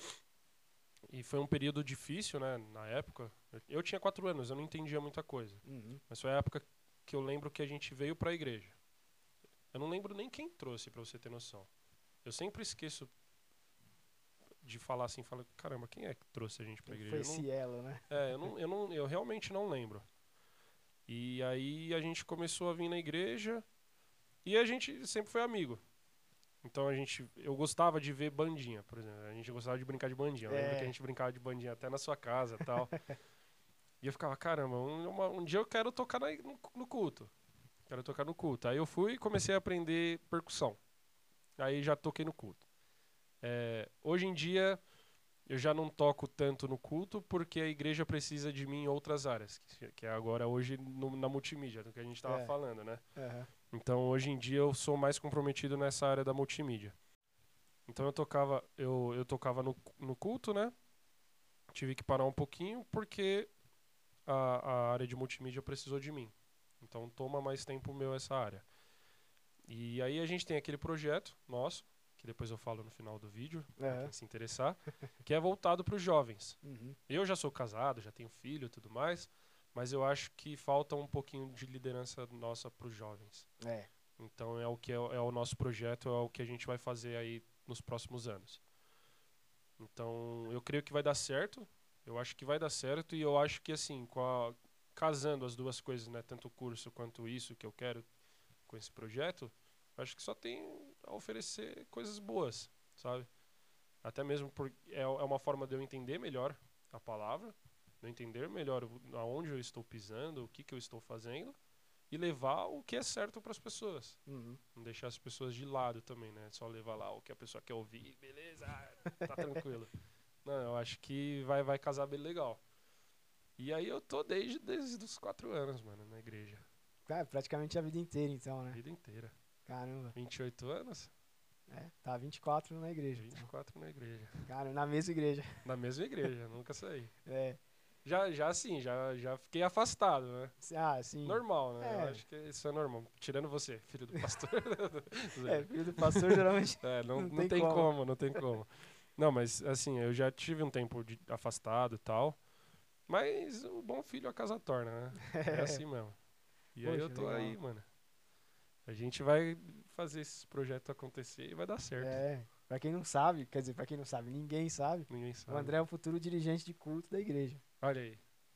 S2: E foi um período difícil, né, na época. Eu, eu tinha quatro anos, eu não entendia muita coisa.
S1: Uhum.
S2: Mas foi a época que eu lembro que a gente veio pra igreja. Eu não lembro nem quem trouxe, pra você ter noção. Eu sempre esqueço de falar assim, falo, caramba, quem é que trouxe a gente pra
S1: Quem
S2: igreja?
S1: foi
S2: Eu não,
S1: esse elo, né?
S2: é, eu não, eu não, eu realmente não lembro. E aí a gente começou a vir na igreja e a gente sempre foi amigo. Então a gente, eu gostava de ver bandinha, por exemplo. A gente gostava de brincar de bandinha. Eu lembro que a
S1: É.
S2: gente brincava de bandinha até na sua casa e tal. E eu ficava, caramba, um, uma- um dia eu quero tocar na- no, no culto. Quero tocar no culto. Aí eu fui e comecei a aprender percussão. Aí já toquei no culto. É, hoje em dia eu já não toco tanto no culto porque a igreja precisa de mim em outras áreas. Que, que é agora hoje no- na multimídia, do que a gente estava
S1: É.
S2: falando, né?
S1: Aham.
S2: Então hoje em dia eu sou mais comprometido nessa área da multimídia. Então eu tocava, eu, eu tocava no, no culto, né? Tive que parar um pouquinho porque a, a área de multimídia precisou de mim. Então toma mais tempo meu essa área. E aí a gente tem aquele projeto nosso, que depois eu falo no final do vídeo, pra
S1: Aham.
S2: quem se interessar, que é voltado para os jovens.
S1: Uhum.
S2: Eu já sou casado, já tenho filho e tudo mais, mas eu acho que falta um pouquinho de liderança nossa para os jovens.
S1: É.
S2: Então é o que é, é o nosso projeto, é o que a gente vai fazer aí nos próximos anos. Então eu creio que vai dar certo, eu acho que vai dar certo e eu acho que assim, com a- casando as duas coisas, né, tanto o curso quanto isso que eu quero com esse projeto, eu acho que só tem a oferecer coisas boas, sabe? Até mesmo porque é, é uma forma de eu entender melhor a palavra, de eu entender melhor o- aonde eu estou pisando, o que, que eu estou fazendo e levar o que é certo para as pessoas.
S1: Uhum.
S2: Não deixar as pessoas de lado também, né? Só levar lá o que a pessoa quer ouvir, beleza, tá tranquilo. Não, eu acho que vai, vai casar bem legal. E aí eu tô desde, desde os quatro anos, mano, na igreja.
S1: Cara, praticamente a vida inteira, então,
S2: A
S1: né?
S2: vida inteira.
S1: Caramba.
S2: vinte e oito anos,
S1: É, tá vinte e quatro na igreja.
S2: vinte e
S1: Então.
S2: quatro na igreja.
S1: Cara, na mesma igreja.
S2: Na mesma igreja, nunca saí.
S1: É.
S2: Já, já assim, já, já fiquei afastado, né?
S1: Ah, sim.
S2: Normal, né?
S1: É.
S2: Eu acho que isso é normal. Tirando você, filho do pastor.
S1: É, filho do pastor geralmente.
S2: É, não,
S1: Não
S2: não,
S1: tem
S2: tem,
S1: como.
S2: como. não tem como. Não, mas assim, eu já tive um tempo de afastado e tal. Mas o bom filho a casa torna, né? É assim mesmo. E aí
S1: Poxa,
S2: eu tô
S1: legal.
S2: aí, mano. A gente vai fazer esse projeto acontecer e vai dar certo.
S1: É. Pra quem não sabe, quer dizer, pra quem não sabe, ninguém sabe,
S2: Ninguém
S1: o
S2: sabe.
S1: André é o futuro dirigente de culto da igreja.
S2: Olha aí.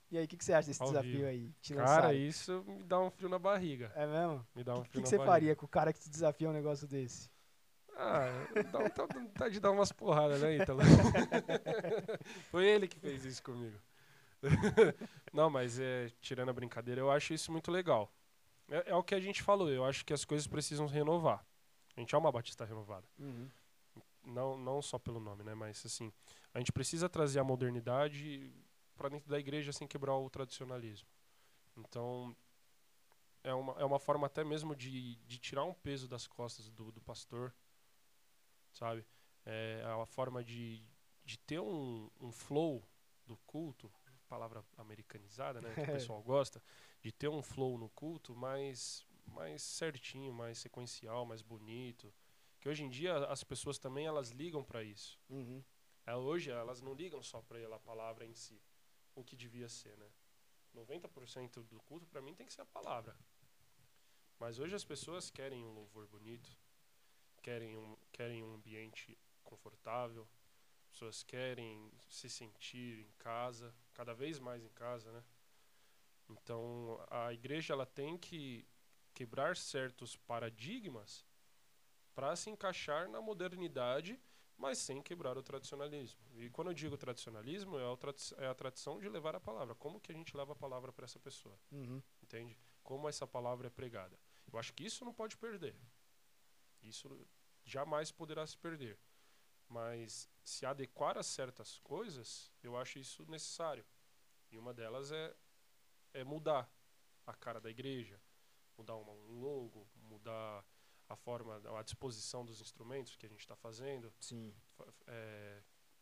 S1: E aí, o que, que você acha desse
S2: Ao
S1: desafio
S2: vivo.
S1: aí? Te
S2: Cara,
S1: lançaram?
S2: isso me dá um frio na barriga.
S1: É mesmo?
S2: Me dá
S1: O
S2: um
S1: que, que,
S2: frio
S1: que
S2: na
S1: você
S2: barriga.
S1: faria com o cara que te desafia um negócio desse?
S2: Ah, dá vontade vontade de dar umas porradas, né, Ítalo? Foi ele que fez isso comigo. Não, mas é, tirando a brincadeira, eu acho isso muito legal. É, é o que a gente falou, eu acho que as coisas precisam renovar. A gente é uma Batista renovada.
S1: Uhum.
S2: Não, não só pelo nome, né? Mas assim, a gente precisa trazer a modernidade para dentro da igreja sem quebrar o tradicionalismo. Então, é uma, é uma forma até mesmo de, de tirar um peso das costas do, do pastor, sabe? É uma forma de, de ter um, um flow do culto, palavra americanizada, né? Que o pessoal gosta, de ter um flow no culto mais, mais certinho, mais sequencial, mais bonito. Que hoje em dia as pessoas também elas ligam para isso.
S1: Uhum.
S2: É, hoje elas não ligam só para a palavra em si, o que devia ser, né? noventa por cento do culto para mim tem que ser a palavra. Mas hoje as pessoas querem um louvor bonito, querem um, querem um ambiente confortável, as pessoas querem se sentir em casa, cada vez mais em casa, né? Então a igreja ela tem que quebrar certos paradigmas para se encaixar na modernidade, mas sem quebrar o tradicionalismo. E quando eu digo tradicionalismo, é a, tradi- é a tradição de levar a palavra. Como que a gente leva a palavra para essa pessoa?
S1: Uhum.
S2: Entende? Como essa palavra é pregada. Eu acho que isso não pode perder. Isso jamais poderá se perder. Mas se adequar a certas coisas, eu acho isso necessário. E uma delas é, é mudar a cara da igreja, mudar uma, um logo, mudar a forma, a disposição dos instrumentos que a gente está fazendo,
S1: Sim.
S2: fa- é,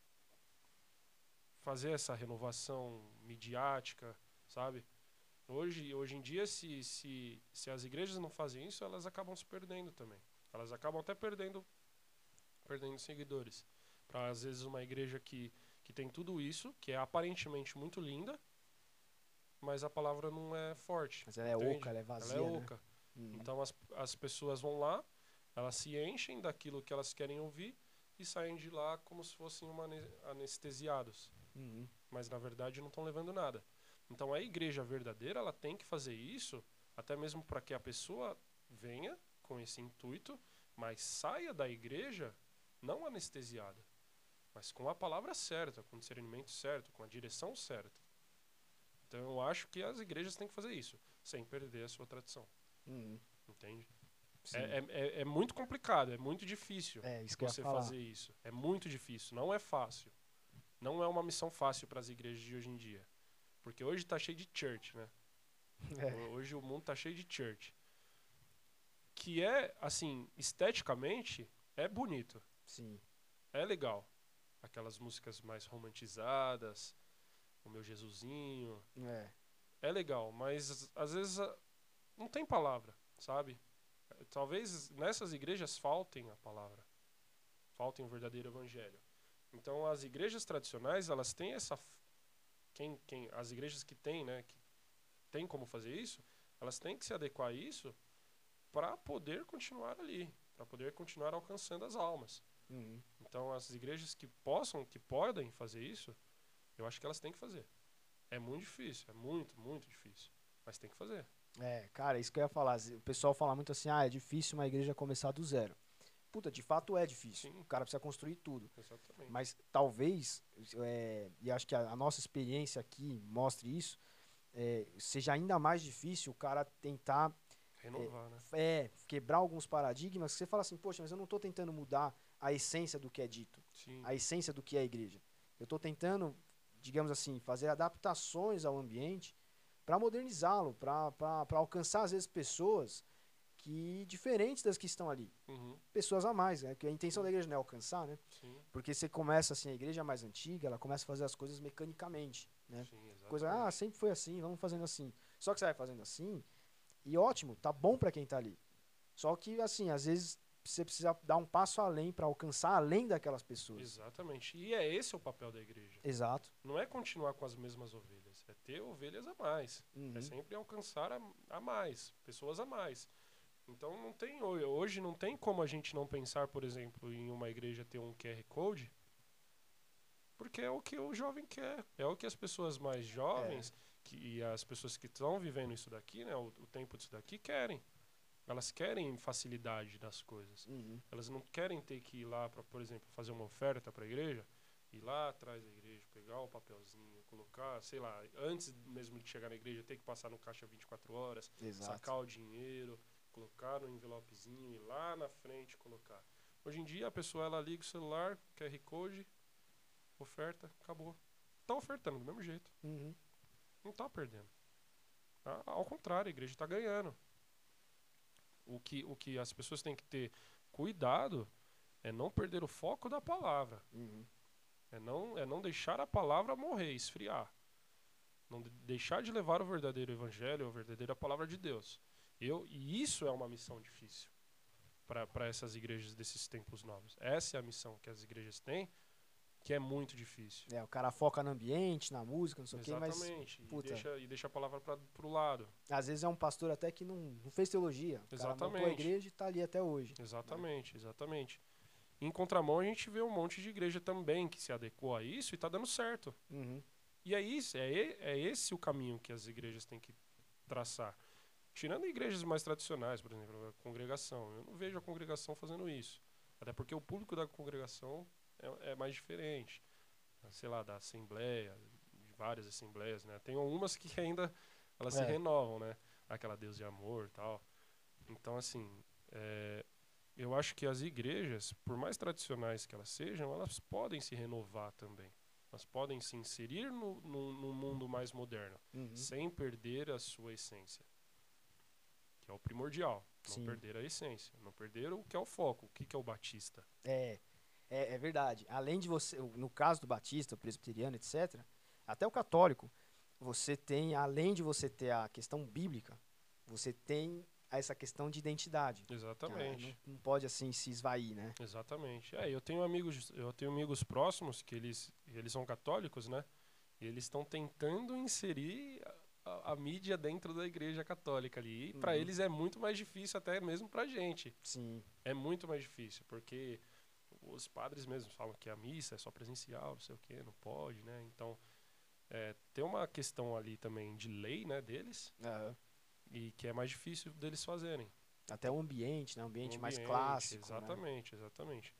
S2: fazer essa renovação midiática, sabe? Hoje, hoje em dia, se, se, se as igrejas não fazem isso, elas acabam se perdendo também. Elas acabam até perdendo, perdendo seguidores. Para, às vezes, uma igreja que, que tem tudo isso, que é aparentemente muito linda, mas a palavra não é forte,
S1: Mas ela é
S2: entende?
S1: oca, ela é
S2: Ela é
S1: vazia, né?
S2: oca.
S1: Uhum.
S2: Então as, as pessoas vão lá, elas se enchem daquilo que elas querem ouvir e saem de lá como se fossem uma ane- anestesiados.
S1: Uhum.
S2: Mas na verdade não estão levando nada. Então a igreja verdadeira ela tem que fazer isso, até mesmo para que a pessoa venha com esse intuito, mas saia da igreja não anestesiada, mas com a palavra certa, com o discernimento certo, com a direção certa. Então eu acho que as igrejas têm que fazer isso, sem perder a sua tradição.
S1: Uhum.
S2: Entende?
S1: Sim.
S2: É, é, é- é muito complicado, é muito difícil
S1: É, isso que eu ia
S2: você
S1: falar.
S2: fazer isso. É muito difícil, não é fácil. Não é uma missão fácil para as igrejas de hoje em dia. Porque hoje está cheio de church, né?
S1: É.
S2: Hoje o mundo está cheio de church. Que é, assim, esteticamente, é bonito.
S1: Sim.
S2: É legal. Aquelas músicas mais romantizadas, o meu Jesusinho.
S1: É.
S2: É legal, mas às vezes a- não tem palavra, sabe? Talvez nessas igrejas faltem a palavra. Faltem o verdadeiro evangelho. Então as igrejas tradicionais, elas têm essa f- quem quem as igrejas que têm, né, que tem como fazer isso, elas têm que se adequar a isso para poder continuar ali, para poder continuar alcançando as almas.
S1: Uhum.
S2: Então as igrejas que possam, que podem fazer isso, eu acho que elas têm que fazer. É muito difícil, é muito, muito difícil, mas tem que fazer.
S1: É, cara, isso que eu ia falar. O pessoal fala muito assim, ah, é difícil uma igreja começar do zero. Puta, de fato é difícil.
S2: Sim,
S1: O cara precisa construir tudo.
S2: exatamente.
S1: Mas talvez, é, e acho que a, a nossa experiência aqui mostre isso, é, seja ainda mais difícil o cara tentar
S2: Renovar, né?
S1: é, quebrar alguns paradigmas que você fala assim, poxa, mas eu não estou tentando mudar a essência do que é dito,
S2: Sim,
S1: a essência do que é a igreja. Eu estou tentando, digamos assim, fazer adaptações ao ambiente para modernizá-lo, para alcançar, às vezes, pessoas que diferentes das que estão ali.
S2: uhum,
S1: Pessoas a mais, né? Que a intenção
S2: sim,
S1: da igreja não é alcançar, né?
S2: sim,
S1: Porque você começa assim, a igreja mais antiga, ela começa a fazer as coisas mecanicamente, né?
S2: sim,
S1: Coisa, ah,
S2: exatamente.
S1: sempre foi assim, vamos fazendo assim. Só que você vai fazendo assim, e ótimo, tá bom para quem tá ali. Só que assim, às vezes você precisa dar um passo além para alcançar além daquelas pessoas.
S2: Exatamente. E é esse o papel da igreja.
S1: Exato.
S2: Não é continuar com as mesmas ovelhas, é ter ovelhas a mais.
S1: Uhum.
S2: É sempre alcançar a, a mais, pessoas a mais. Então não tem ho- hoje não tem como a gente não pensar, por exemplo, em uma igreja ter um Q R Code, porque é o que o jovem quer, é o que as pessoas mais
S1: É.
S2: jovens que as pessoas que estão vivendo isso daqui, né, o, o tempo disso daqui, querem. Elas querem facilidade das coisas.
S1: Uhum.
S2: Elas não querem ter que ir lá para, por exemplo, fazer uma oferta para a igreja, ir lá atrás da igreja, pegar o papelzinho, colocar, sei lá, antes mesmo de chegar na igreja, ter que passar no caixa vinte e quatro horas,
S1: Exato.
S2: sacar o dinheiro, colocar no envelopezinho e lá na frente colocar. Hoje em dia a pessoa ela liga o celular, Q R Code, oferta, acabou. Tá ofertando do mesmo jeito.
S1: Uhum.
S2: Não tá perdendo. Ah, ao contrário, a igreja tá ganhando. O que, o que as pessoas têm que ter cuidado é não perder o foco da palavra.
S1: Uhum.
S2: É não, é não deixar a palavra morrer, esfriar. Não de- deixar de levar o verdadeiro evangelho, a verdadeira palavra de Deus. Eu, e isso é uma missão difícil para essas igrejas desses tempos novos. Essa é a missão que as igrejas têm, que é muito difícil.
S1: É, o cara foca no ambiente, na música, não sei o quê, mas
S2: Exatamente. E
S1: puta,
S2: deixa, e deixa a palavra para pro lado.
S1: às vezes é um pastor até que não, não fez teologia. O cara montou a
S2: Exatamente.
S1: igreja e tá ali até hoje.
S2: Exatamente, exatamente. Em contramão, a gente vê um monte de igreja também que se adequou a isso e está dando certo.
S1: Uhum.
S2: E é isso, é, e- é esse o caminho que as igrejas têm que traçar. Tirando igrejas mais tradicionais, por exemplo, a congregação. Eu não vejo a congregação fazendo isso. Até porque o público da congregação é, é mais diferente. Sei lá, da assembleia, de várias assembleias, né? Tem umas que ainda elas se
S1: É.
S2: renovam, né? Aquela Deus de amor e tal. Então, assim, é, eu acho que as igrejas, por mais tradicionais que elas sejam, elas podem se renovar também. Elas podem se inserir no, no, no mundo mais moderno,
S1: Uhum.
S2: sem perder a sua essência. Que é o primordial. Não
S1: Sim.
S2: perder a essência. Não perder o que é o foco. O que, que é o batista.
S1: É, é, é verdade. Além de você, no caso do batista, o presbiteriano, etcétera, até o católico, você tem, além de você ter a questão bíblica, você tem essa questão de identidade. que, ah,
S2: Exatamente.
S1: não, não pode assim se esvair, né?
S2: Exatamente. É, eu tenho amigos, eu tenho amigos próximos que eles, eles são católicos, né? E eles estão tentando inserir a, a- a mídia dentro da igreja católica ali. E para
S1: Uhum.
S2: eles é muito mais difícil até mesmo pra gente.
S1: Sim.
S2: É muito mais difícil, porque os padres mesmos falam que a missa é só presencial, não sei o quê, não pode, né? Então, é, tem uma questão ali também de lei, né, deles,
S1: Aham.
S2: e que é mais difícil deles fazerem.
S1: Até o ambiente, né? Um ambiente
S2: Um
S1: mais
S2: ambiente,
S1: clássico, né?
S2: exatamente, exatamente.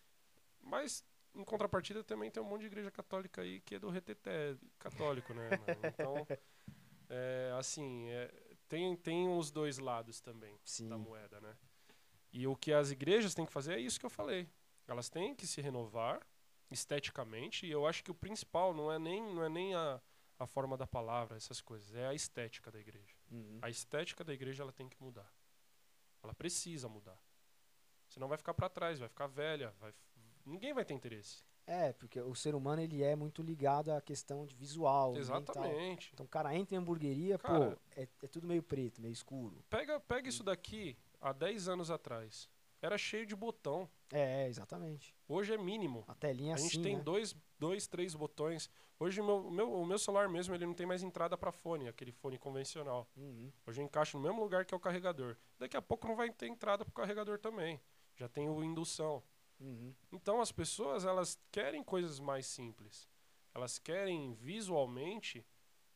S2: Mas, em contrapartida, também tem um monte de igreja católica aí que é do reteté católico, né, mano? Então, é, assim, é, tem, tem os dois lados também da
S1: Sim.
S2: moeda, né? E o que as igrejas têm que fazer é isso que eu falei. Elas têm que se renovar esteticamente, e eu acho que o principal não é nem, não é nem a, a forma da palavra, essas coisas, é a estética da igreja.
S1: Uhum.
S2: A estética da igreja ela tem que mudar. Ela precisa mudar. Senão vai ficar pra trás, vai ficar velha, vai, f- ninguém vai ter interesse.
S1: É, porque o ser humano ele é muito ligado à questão de visual, ambiental.
S2: Exatamente.
S1: Então o cara entra em hamburgueria,
S2: Cara,
S1: pô, é, é tudo meio preto, meio escuro.
S2: pega, pega isso daqui há dez anos atrás. Era cheio de botão.
S1: É, exatamente.
S2: Hoje é mínimo.
S1: A telinha
S2: A gente
S1: assim,
S2: tem
S1: né?
S2: dois, dois, três botões. Hoje o meu, o meu, o meu celular mesmo ele não tem mais entrada para fone, aquele fone convencional.
S1: Uhum.
S2: Hoje eu encaixo no mesmo lugar que é o carregador. Daqui a pouco não vai ter entrada para o carregador também. Já tem o indução.
S1: Uhum.
S2: Então as pessoas elas querem coisas mais simples. Elas querem visualmente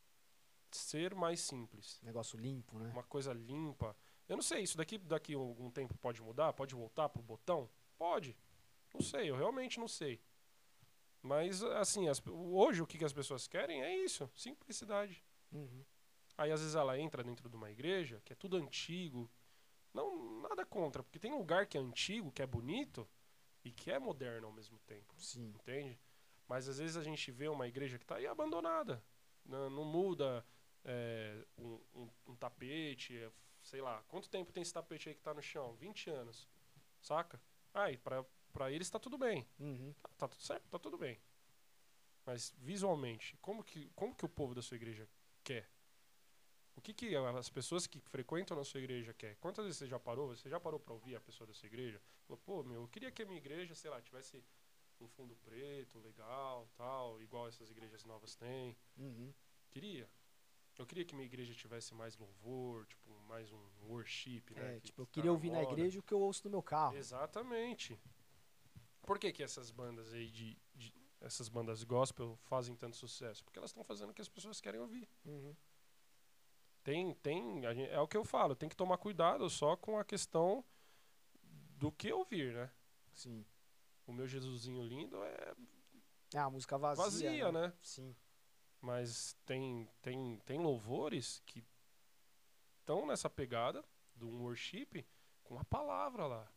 S2: ser mais simples.
S1: Negócio limpo, né?
S2: Uma coisa limpa. Eu não sei, isso daqui daqui a algum tempo pode mudar? Pode voltar pro botão? Pode. Não sei, eu realmente não sei. Mas, assim, as- hoje o que que as pessoas querem é isso, simplicidade.
S1: Uhum.
S2: Aí, às vezes, ela entra dentro de uma igreja, que é tudo antigo. Não, nada contra, porque tem lugar que é antigo, que é bonito, e que é moderno ao mesmo tempo,
S1: Sim.
S2: entende? Mas, às vezes, a gente vê uma igreja que está aí abandonada. Não, não muda é, um, um- um tapete, é, sei lá. Quanto tempo tem esse tapete aí que está no chão? vinte anos, saca? Aí, pra, pra eles está tudo bem.
S1: Uhum.
S2: Tá, tá tudo certo, tá tudo bem. Mas visualmente, como que, como que o povo da sua igreja quer? O que, que as pessoas que frequentam na sua igreja quer? Quantas vezes você já parou? Você já parou para ouvir a pessoa da sua igreja? Falou, pô, meu, eu queria que a minha igreja, sei lá, tivesse um fundo preto, legal, tal, igual essas igrejas novas têm.
S1: Uhum.
S2: Queria. Eu queria que minha igreja tivesse mais louvor, tipo, mais um worship, né?
S1: É,
S2: que
S1: tipo, eu
S2: tá
S1: queria ouvir na
S2: moda.
S1: igreja o que eu ouço no meu carro.
S2: Exatamente. Por que que essas bandas aí de, de essas bandas gospel fazem tanto sucesso? Porque elas estão fazendo o que as pessoas querem ouvir.
S1: Uhum.
S2: Tem, tem, a gente- é o que eu falo, tem que tomar cuidado só com a questão do que ouvir, né?
S1: Sim.
S2: O meu Jesusinho lindo é
S1: É a música vazia,
S2: vazia,
S1: né?
S2: né?
S1: Sim.
S2: Mas tem, tem, tem louvores que estão nessa pegada do worship com a palavra lá.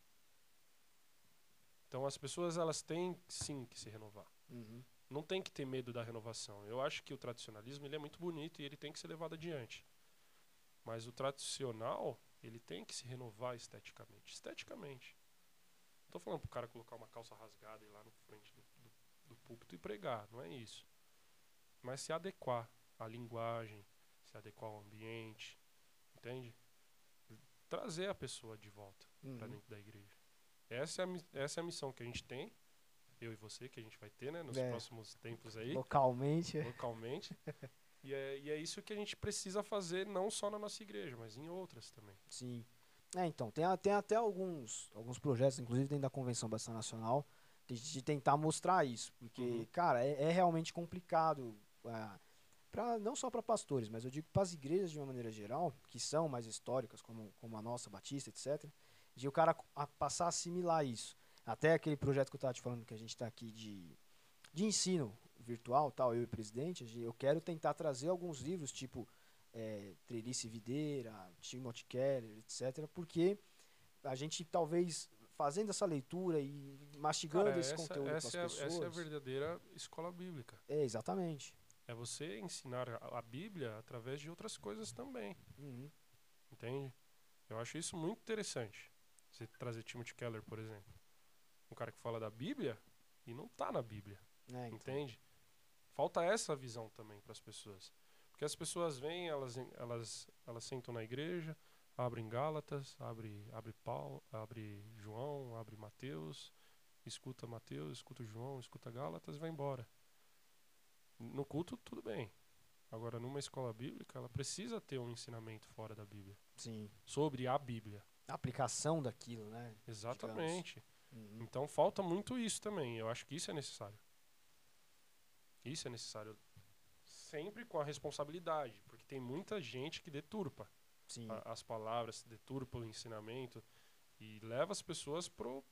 S2: Então as pessoas elas têm sim que se renovar.
S1: Uhum.
S2: Não tem que ter medo da renovação. Eu acho que o tradicionalismo ele é muito bonito e ele tem que ser levado adiante. Mas o tradicional, ele tem que se renovar esteticamente. Esteticamente. Não tô falando pro cara colocar uma calça rasgada e ir lá no frente do, do, do púlpito e pregar. Não é isso. Mas se adequar à linguagem, se adequar ao ambiente, entende? Trazer a pessoa de volta para
S1: Uhum.
S2: dentro da igreja. Essa é, a, mi- essa é a missão que a gente tem, eu e você, que a gente vai ter, né, nos
S1: É.
S2: próximos tempos aí,
S1: Localmente.
S2: localmente. E é, e é isso que a gente precisa fazer, não só na nossa igreja, mas em outras também.
S1: Sim. É, então, tem, a- tem até alguns, alguns projetos, inclusive dentro da Convenção Batista Nacional, de, de tentar mostrar isso. Porque,
S2: Uhum.
S1: cara, é, é realmente complicado. ah, pra, não só para pastores, mas eu digo para as igrejas de uma maneira geral, que são mais históricas, como, como a nossa, Batista, etcétera, de o cara a- passar a assimilar isso. Até aquele projeto que eu estava te falando que a gente está aqui de, de ensino virtual, tal, eu e o presidente, a gente- eu quero tentar trazer alguns livros, tipo é, Trelice Videira, Timothy Keller, etcétera, porque a gente talvez fazendo essa leitura e
S2: Cara,
S1: mastigando esse
S2: essa,
S1: conteúdo para as
S2: essa, é, a, essa é a
S1: pessoas,
S2: verdadeira escola bíblica.
S1: é exatamente.
S2: É você ensinar a, a Bíblia através de outras coisas também,
S1: Uhum.
S2: entende? Eu acho isso muito interessante. Você trazer Timothy Keller, por exemplo. Um cara que fala da Bíblia e não tá na Bíblia,
S1: É, então.
S2: entende? Falta essa visão também para as pessoas. Porque as pessoas vêm, elas, elas, elas sentam na igreja, abrem Gálatas, abre, abre Paulo, abre João, abre Mateus, escuta Mateus, escuta João, escuta Gálatas e vai embora. No culto, tudo bem. Agora, numa escola bíblica, ela precisa ter um ensinamento fora da Bíblia.
S1: Sim.
S2: Sobre a Bíblia.
S1: A aplicação daquilo, né? Digamos.
S2: Exatamente.
S1: Uhum.
S2: Então, falta muito isso também. Eu acho que isso é necessário. Isso é necessário. Sempre com a responsabilidade. Porque tem muita gente que deturpa
S1: Sim.
S2: a, as palavras, deturpa o ensinamento e leva as pessoas pro,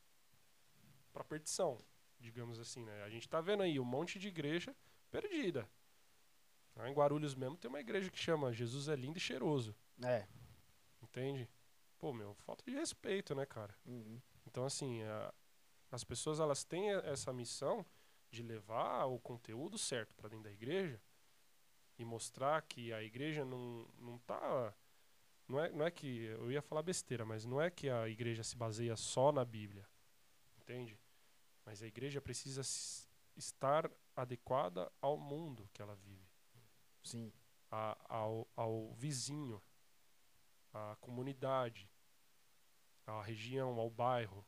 S2: pra perdição, digamos assim, né? A gente tá vendo aí um monte de igreja perdida. Lá em Guarulhos mesmo tem uma igreja que chama Jesus é lindo e cheiroso.
S1: É.
S2: Entende? Pô, meu, falta de respeito, né, cara?
S1: Uhum.
S2: Então, assim, a- as pessoas elas têm a- essa missão de levar o conteúdo certo para dentro da igreja e mostrar que a igreja não, não tá. Não é, não é que. Eu ia falar besteira, mas não é que a igreja se baseia só na Bíblia. Entende? Mas a igreja precisa s- estar adequada ao mundo que ela vive,
S1: Sim.
S2: a- ao, ao vizinho, à comunidade, à região, ao bairro.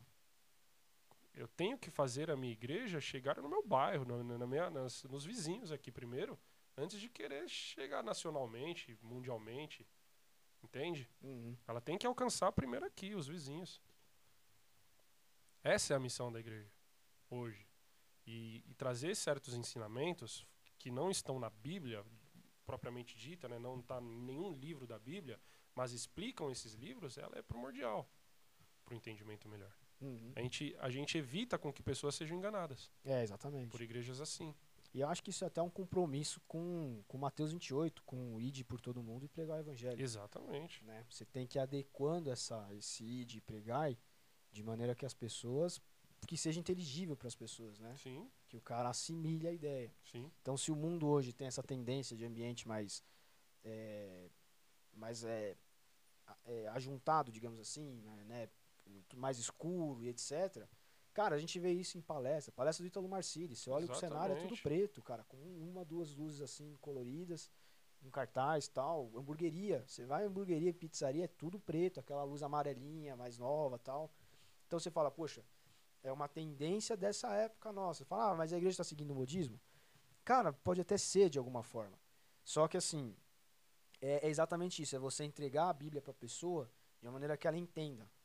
S2: Eu tenho que fazer a minha igreja chegar no meu bairro, no, na minha, nas, nos vizinhos aqui primeiro, antes de querer chegar nacionalmente, mundialmente. Entende?
S1: Uhum.
S2: Ela tem que alcançar primeiro aqui, os vizinhos. Essa é a missão da igreja, hoje. E, e trazer certos ensinamentos que não estão na Bíblia, propriamente dita, né? Não está em nenhum livro da Bíblia, mas explicam esses livros, ela é primordial para o entendimento melhor.
S1: Uhum.
S2: A gente, a gente evita com que pessoas sejam enganadas
S1: É, exatamente.
S2: por igrejas assim.
S1: E eu acho que isso é até um compromisso com, com Mateus vinte e oito, com o ide por todo mundo e pregar o evangelho.
S2: Exatamente.
S1: Né? Você tem que ir adequando essa, esse ide e pregai de maneira que as pessoas, que seja inteligível para as pessoas, né?
S2: Sim,
S1: Que o cara assimile a ideia.
S2: sim.
S1: Então, se o mundo hoje tem essa tendência de ambiente mais, é, mais é, a- é, ajuntado, digamos assim, né, né, tudo mais escuro e etcétera. Cara, a gente vê isso em palestra, palestra do Ítalo Marcilli. Você olha o cenário, é tudo
S2: Exatamente.
S1: preto, cara, com uma, duas luzes assim coloridas, um cartaz tal. Hamburgueria, você vai em hamburgueria, pizzaria, é tudo preto, aquela luz amarelinha, mais nova tal. Então você fala, poxa, é uma tendência dessa época nossa. Você fala, ah, mas a igreja está seguindo o modismo? Cara, pode até ser de alguma forma. Só que assim, é, é exatamente isso, é você entregar a Bíblia para a pessoa de uma maneira que ela entenda,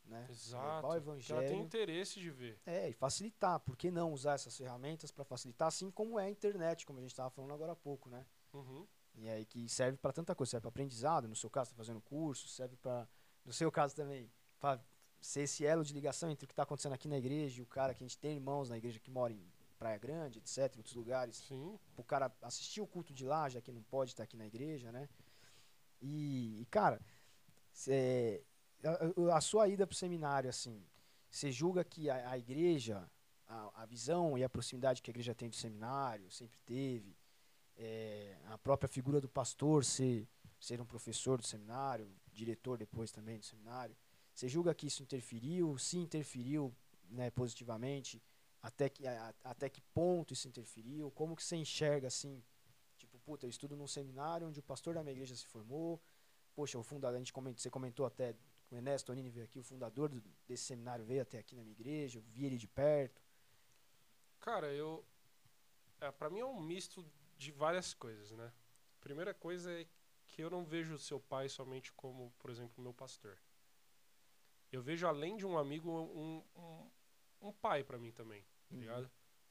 S1: né? Levar o
S2: Exato. Que ela tem
S1: evangelho.
S2: interesse de ver.
S1: É, e facilitar. Por que não usar essas ferramentas para facilitar, assim como é a internet, como a gente estava falando agora há pouco, né?
S2: Uhum.
S1: E aí que serve para tanta coisa, serve para aprendizado, no seu caso, tá fazendo curso, serve para, no seu caso também, para ser esse elo de ligação entre o que está acontecendo aqui na igreja e o cara que a gente tem irmãos na igreja que moram em Praia Grande, etc, em outros lugares,
S2: Sim.
S1: o cara assistir o culto de lá, já que não pode estar aqui na igreja, né? E, e cara, cê- a, a- a sua ida para o seminário, assim, você julga que a, a igreja, a, a visão e a proximidade que a igreja tem do seminário, sempre teve, é, a própria figura do pastor ser, ser um professor do seminário, diretor depois também do seminário, você julga que isso interferiu? Se interferiu, né, positivamente, até que, a, até que ponto isso interferiu? Como que você enxerga assim? Tipo, puta, eu estudo num seminário onde o pastor da minha igreja se formou. Poxa, o fundador, a gente comentou, você comentou até, o Ernesto Tonini veio aqui, o fundador do, desse seminário veio até aqui na minha igreja, eu vi ele de perto.
S2: Cara, eu. É, pra mim é um misto de várias coisas, né? Primeira coisa é que eu não vejo o seu pai somente como, por exemplo, meu pastor. Eu vejo, além de um amigo, um, um, um pai pra mim também, tá
S1: Uhum.
S2: ligado?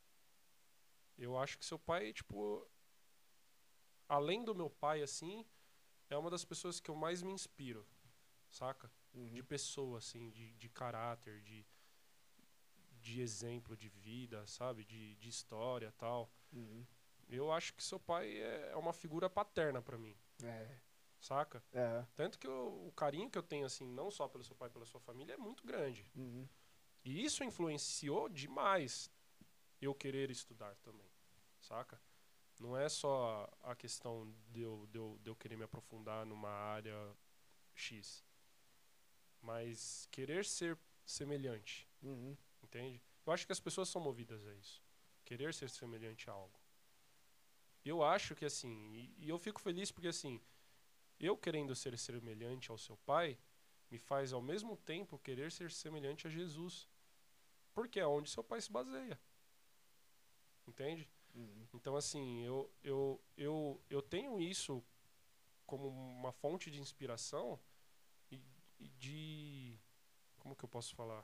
S2: Eu acho que seu pai, tipo, além do meu pai, assim, é uma das pessoas que eu mais me inspiro, saca?
S1: Uhum.
S2: De pessoa, assim, de, de caráter, de, de exemplo de vida, sabe? De, de história e tal.
S1: Uhum.
S2: Eu acho que seu pai é é uma figura paterna pra mim,
S1: É,
S2: saca?
S1: é.
S2: Tanto que eu- o carinho que eu tenho, assim, não só pelo seu pai, pela sua família, é muito grande.
S1: Uhum.
S2: E isso influenciou demais eu querer estudar também, saca? Não é só a questão de eu, de eu, de eu querer me aprofundar numa área X, mas querer ser semelhante,
S1: Uhum.
S2: entende? Eu acho que as pessoas são movidas a isso, querer ser semelhante a algo. Eu acho que assim, e, e eu fico feliz porque assim, eu querendo ser semelhante ao seu pai, me faz ao mesmo tempo querer ser semelhante a Jesus, porque é onde seu pai se baseia, entende?
S1: Uhum.
S2: Então assim, eu, eu, eu, eu tenho isso como uma fonte de inspiração e, e de, como que eu posso falar?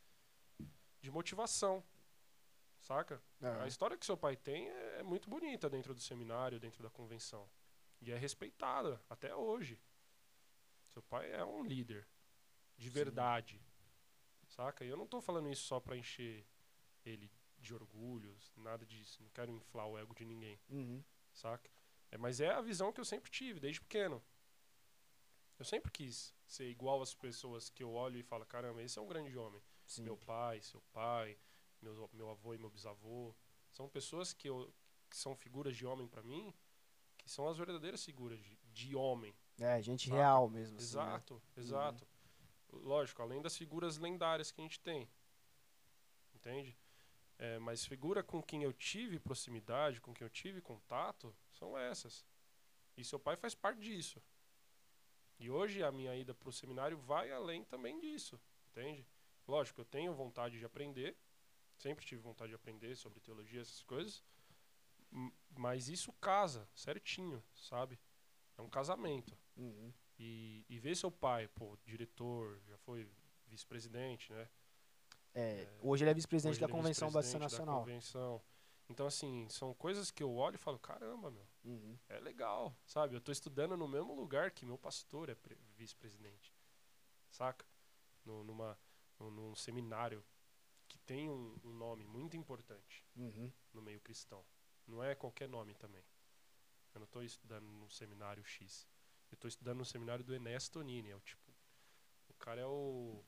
S2: De motivação, saca? A
S1: É.
S2: história que seu pai tem é, é muito bonita dentro do seminário, dentro da convenção. E é respeitada até hoje. Seu pai é um líder de
S1: Sim.
S2: verdade, saca? E eu não tô falando isso só pra encher ele de orgulhos, nada disso. Não quero inflar o ego de ninguém,
S1: Uhum.
S2: saca? É, mas é a visão que eu sempre tive, desde pequeno. Eu sempre quis ser igual às pessoas que eu olho e falo, caramba, esse é um grande homem.
S1: Sim.
S2: Meu pai, seu pai, meu, meu avô e meu bisavô. São pessoas que, eu, que são figuras de homem pra mim, que são as verdadeiras figuras de, de homem.
S1: É, gente
S2: Saca?
S1: real mesmo, assim, né?
S2: Exato, exato. Lógico, além das figuras lendárias que a gente tem. Entende? É, mas figura com quem eu tive proximidade, com quem eu tive contato, são essas. E seu pai faz parte disso. E hoje a minha ida pro seminário vai além também disso, entende? Lógico, eu tenho vontade de aprender, sempre tive vontade de aprender sobre teologia, essas coisas, m- mas isso casa certinho, sabe? É um casamento.
S1: Uhum.
S2: E, e ver seu pai, pô, diretor, já foi vice-presidente, né?
S1: É, hoje ele é vice-presidente
S2: Hoje
S1: da
S2: ele é
S1: Convenção Batista
S2: vice-presidente da
S1: Nacional.
S2: convenção. Então, assim, são coisas que eu olho e falo, caramba, meu,
S1: Uhum.
S2: é legal, sabe? Eu tô estudando no mesmo lugar que meu pastor é pre- vice-presidente, saca? No, numa, num, num seminário que tem um, um nome muito importante
S1: Uhum.
S2: no meio cristão. Não é qualquer nome também. Eu não estou estudando no seminário X. Eu estou estudando no seminário do Ernesto Tonini. É o tipo, o cara é o,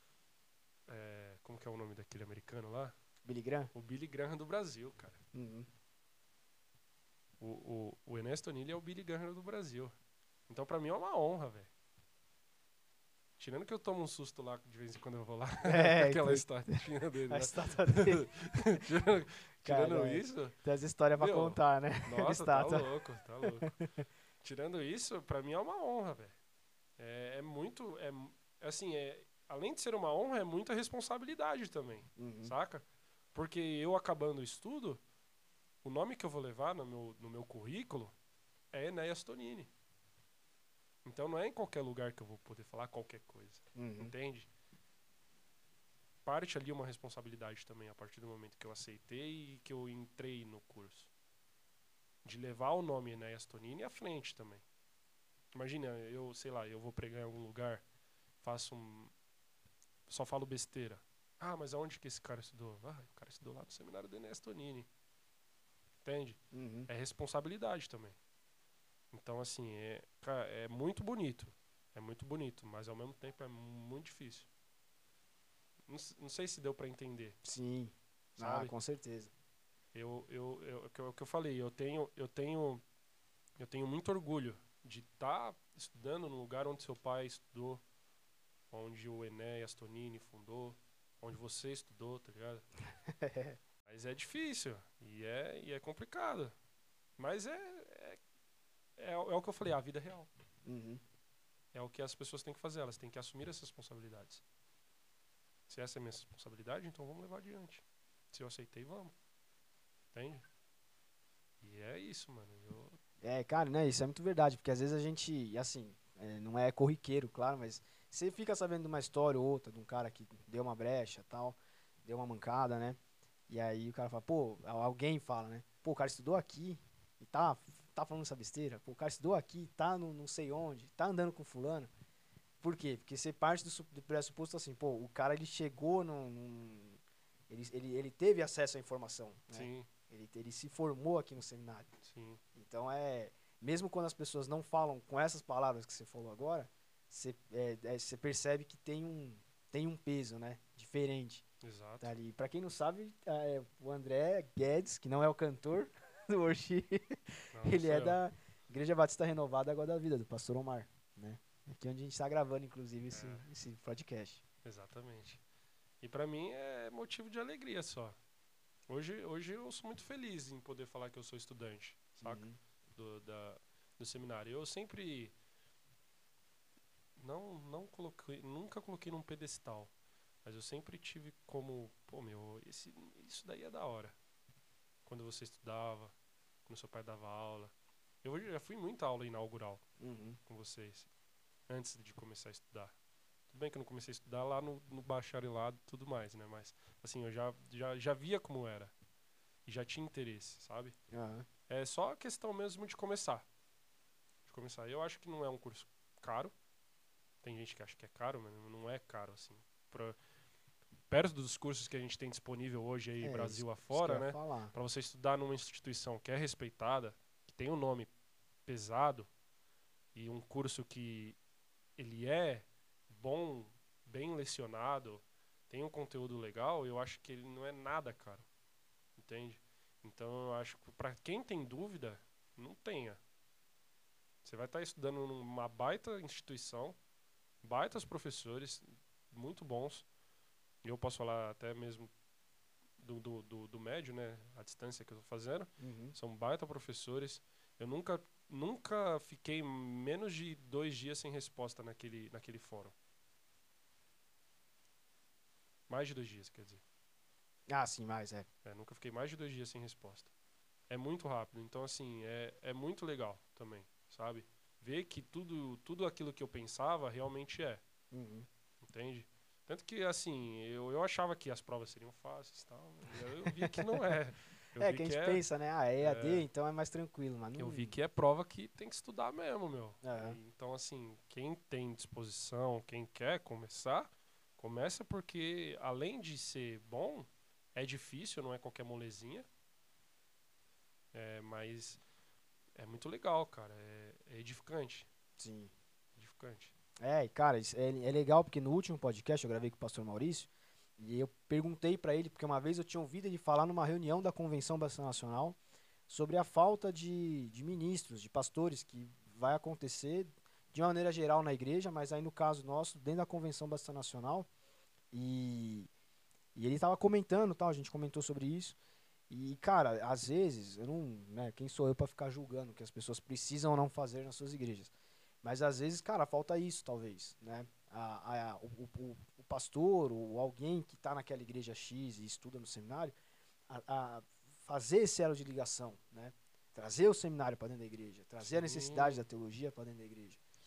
S2: é, como que é o nome daquele americano lá?
S1: Billy Graham?
S2: O Billy Graham do Brasil, cara.
S1: Uhum.
S2: O, o, o Ernesto Tonini é o Billy Graham do Brasil. Então, pra mim é uma honra, velho. Tirando que eu tomo um susto lá de vez em quando eu vou lá, com
S1: É,
S2: aquela
S1: então,
S2: estatinha dele
S1: a
S2: lá.
S1: estátua dele.
S2: tirando tirando
S1: Cara, é,
S2: isso,
S1: tem as histórias pra
S2: meu,
S1: contar, né? De
S2: nossa, tá
S1: estátua.
S2: louco, tá louco. Tirando isso, pra mim é uma honra, velho. É, é muito, é, assim, é, além de ser uma honra, é muita responsabilidade também,
S1: Uhum.
S2: saca? Porque eu acabando o estudo, o nome que eu vou levar no meu, no meu currículo é Enéas Tonini. Então não é em qualquer lugar que eu vou poder falar qualquer coisa,
S1: Uhum.
S2: entende? parte ali uma responsabilidade também, a partir do momento que eu aceitei e que eu entrei no curso. De levar o nome Enéas Tonini à frente também. Imagina, eu, sei lá, eu vou pregar em algum lugar, faço um... só falo besteira. Ah, mas aonde que esse cara estudou? Ah, o cara estudou lá no seminário do Enéas Tonini. Entende?
S1: Uhum.
S2: É responsabilidade também. Então, assim, é, cara, é muito bonito. É muito bonito, mas ao mesmo tempo é muito difícil. Não, não sei se deu pra entender.
S1: Sim.
S2: Sabe?
S1: Ah, com certeza.
S2: Eu, eu, eu, é o que eu, é o que eu falei, eu tenho, eu tenho, eu tenho muito orgulho de estar estudando no lugar onde seu pai estudou, onde o Enéas Tonini fundou, onde você estudou, tá ligado? Mas é difícil e é, e é complicado. Mas é, é, é, é o que eu falei, a vida é real.
S1: Uhum.
S2: É o que as pessoas têm que fazer, elas têm que assumir essas responsabilidades. Se essa é a minha responsabilidade, então vamos levar adiante. Se eu aceitei, vamos. Entende? E é isso, mano. Eu...
S1: É, cara, né, isso é muito verdade, porque às vezes a gente, assim, é, não é corriqueiro, claro, mas você fica sabendo de uma história ou outra, de um cara que deu uma brecha tal, deu uma mancada, né? E aí o cara fala, pô, al- alguém fala, né? Pô, o cara estudou aqui e tá, tá falando essa besteira. Pô, o cara estudou aqui, tá no não sei onde, tá andando com fulano. Por quê? Porque você parte do, su- do pressuposto assim, pô, o cara ele chegou num, num- ele, ele, ele teve acesso à informação, né?
S2: Sim,
S1: Ele, ele se formou aqui no seminário.
S2: sim,
S1: Então é, mesmo quando as pessoas não falam com essas palavras que você falou agora, você, é, é, você percebe que tem um, tem um peso, né? Diferente.
S2: exato.
S1: Tá ali. Pra quem não sabe, é, o André Guedes, que não é o cantor do worship,
S2: Não, não
S1: ele
S2: sou
S1: é
S2: eu.
S1: da Igreja Batista Renovada Água da Vida, do Pastor Omar, né? Aqui onde a gente tá gravando, inclusive, esse,
S2: É,
S1: esse podcast.
S2: exatamente. E pra mim é motivo de alegria só. Hoje, hoje eu sou muito feliz em poder falar que eu sou estudante, saca?
S1: Uhum.
S2: Do, da, do seminário. Eu sempre não, não coloquei, nunca coloquei num pedestal, mas eu sempre tive como, pô, meu, esse, isso daí é da hora. Quando você estudava, quando seu pai dava aula. Eu já fui em muita aula inaugural
S1: Uhum.
S2: com vocês, antes de começar a estudar. Tudo bem que eu não comecei a estudar lá no, no bacharelado e tudo mais, né? Mas, assim, eu já, já, já via como era. E já tinha interesse, sabe?
S1: Aham.
S2: É só a questão mesmo de começar. De começar. Eu acho que não é um curso caro. Tem gente que acha que é caro, mas não é caro, assim. Pra, perto dos cursos que a gente tem disponível hoje aí,
S1: É, isso,
S2: Brasil
S1: isso que eu
S2: afora,
S1: ia
S2: né?
S1: falar.
S2: Pra você estudar numa instituição que é respeitada, que tem um nome pesado, e um curso que ele é bom, bem lecionado, tem um conteúdo legal, eu acho que ele não é nada caro, entende? Então eu acho que pra quem tem dúvida, não tenha. Você vai estar estudando numa baita instituição, baitas professores, muito bons. Eu posso falar até mesmo do, do, do, do médio, né? A distância que eu estou fazendo.
S1: Uhum.
S2: São baita professores. Eu nunca, nunca fiquei menos de dois dias sem resposta naquele, naquele fórum. Mais de dois dias, quer dizer.
S1: Ah, sim, mais, é.
S2: É, nunca fiquei mais de dois dias sem resposta. É muito rápido. Então, assim, é, é muito legal também, sabe? Ver que tudo, tudo aquilo que eu pensava realmente é.
S1: Uhum.
S2: Entende? Tanto que, assim, eu, eu achava que as provas seriam fáceis e tal. E aí eu vi que não é. Eu
S1: É,
S2: vi
S1: que a
S2: que
S1: gente
S2: é.
S1: pensa, né? Ah, é E A D,
S2: é
S1: então é mais tranquilo, mas
S2: eu
S1: não.
S2: vi que é prova que tem que estudar mesmo, meu.
S1: Aham.
S2: E, então, assim, quem tem disposição, quem quer começar, começa porque, além de ser bom, é difícil, não é qualquer molezinha. É, mas é muito legal, cara. É, é edificante.
S1: Sim.
S2: Edificante.
S1: É, e, cara, isso é, é legal porque no último podcast eu gravei com o pastor Maurício e eu perguntei pra ele, porque uma vez eu tinha ouvido ele falar numa reunião da Convenção Batista Nacional sobre a falta de, de ministros, de pastores que vai acontecer de uma maneira geral na igreja, mas aí no caso nosso, dentro da Convenção Batista Nacional, e, e ele estava comentando, tal, a gente comentou sobre isso. E, cara, às vezes, eu não, né, quem sou eu pra ficar julgando o que as pessoas precisam ou não fazer nas suas igrejas? Mas às vezes, cara, falta isso, talvez, né? A, a, o, o, o pastor ou alguém que está naquela igreja X e estuda no seminário, a, a fazer esse elo de ligação, né? Trazer o seminário para dentro da igreja, trazer a necessidade
S2: Sim,
S1: da teologia para dentro da igreja.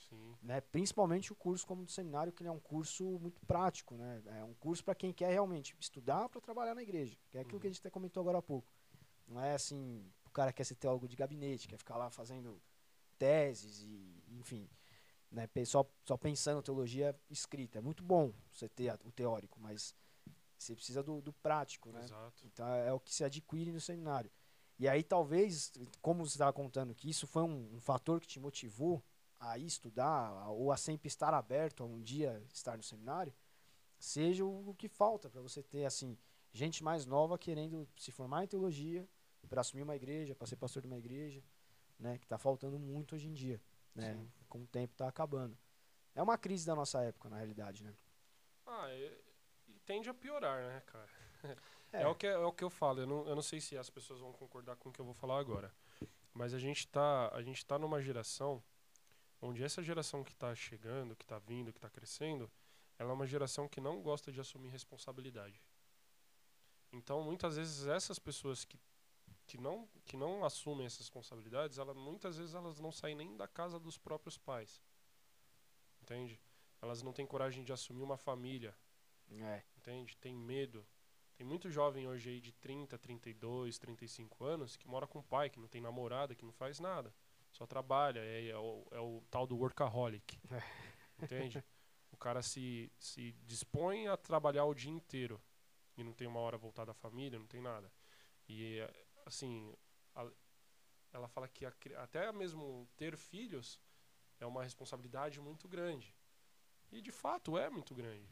S2: Sim.
S1: Né? Principalmente o curso como do seminário, que ele é um curso muito prático, né? É um curso para quem quer realmente estudar para trabalhar na igreja, que é aquilo
S2: Uhum.
S1: que a gente até comentou agora há pouco. Não é assim, o cara quer ser teólogo de gabinete, quer ficar lá fazendo teses e, enfim, né? pe- Só, só pensando teologia escrita. É muito bom você ter a- o teórico, mas você precisa do, do prático, né?
S2: Exato.
S1: Então é é o que se adquire no seminário. E aí talvez, como você estava contando, que isso foi um, um fator que te motivou a ir estudar a- ou a sempre estar aberto a um dia estar no seminário, seja o, o que falta para você ter assim gente mais nova querendo se formar em teologia para assumir uma igreja, para ser pastor de uma igreja, né? Que está faltando muito hoje em dia, né?
S2: Sim.
S1: Com o tempo está acabando. É uma crise da nossa época, na realidade, né?
S2: Ah, é- e tende a piorar, né, cara? É o
S1: É,
S2: que, é o que eu falo. Eu não, eu não sei se as pessoas vão concordar com o que eu vou falar agora. Mas a gente tá, a gente tá numa geração onde essa geração que está chegando, que está vindo, que está crescendo, ela é uma geração que não gosta de assumir responsabilidade. Então, muitas vezes essas pessoas que, que não que não assumem essas responsabilidades, ela muitas vezes elas não saem nem da casa dos próprios pais, entende? Elas não têm coragem de assumir uma família,
S1: é,
S2: entende? Tem medo. Tem muito jovem hoje aí de trinta, trinta e dois, trinta e cinco anos que mora com o pai, que não tem namorada, que não faz nada. Só trabalha, é, é o, é o tal do workaholic, entende? O cara se, se dispõe a trabalhar o dia inteiro e não tem uma hora voltada à família, não tem nada. E, é, assim, a- ela fala que a cri- até mesmo ter filhos é uma responsabilidade muito grande. E de fato é muito grande.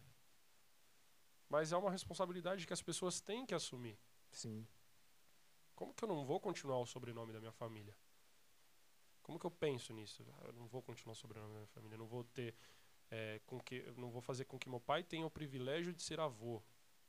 S2: Mas é uma responsabilidade que as pessoas têm que assumir.
S1: sim.
S2: Como que eu não vou continuar o sobrenome da minha família? Como que eu penso nisso? Ah, eu não vou continuar o sobrenome da minha família. Eu não vou ter, é, com que, eu não vou fazer com que meu pai tenha o privilégio de ser avô,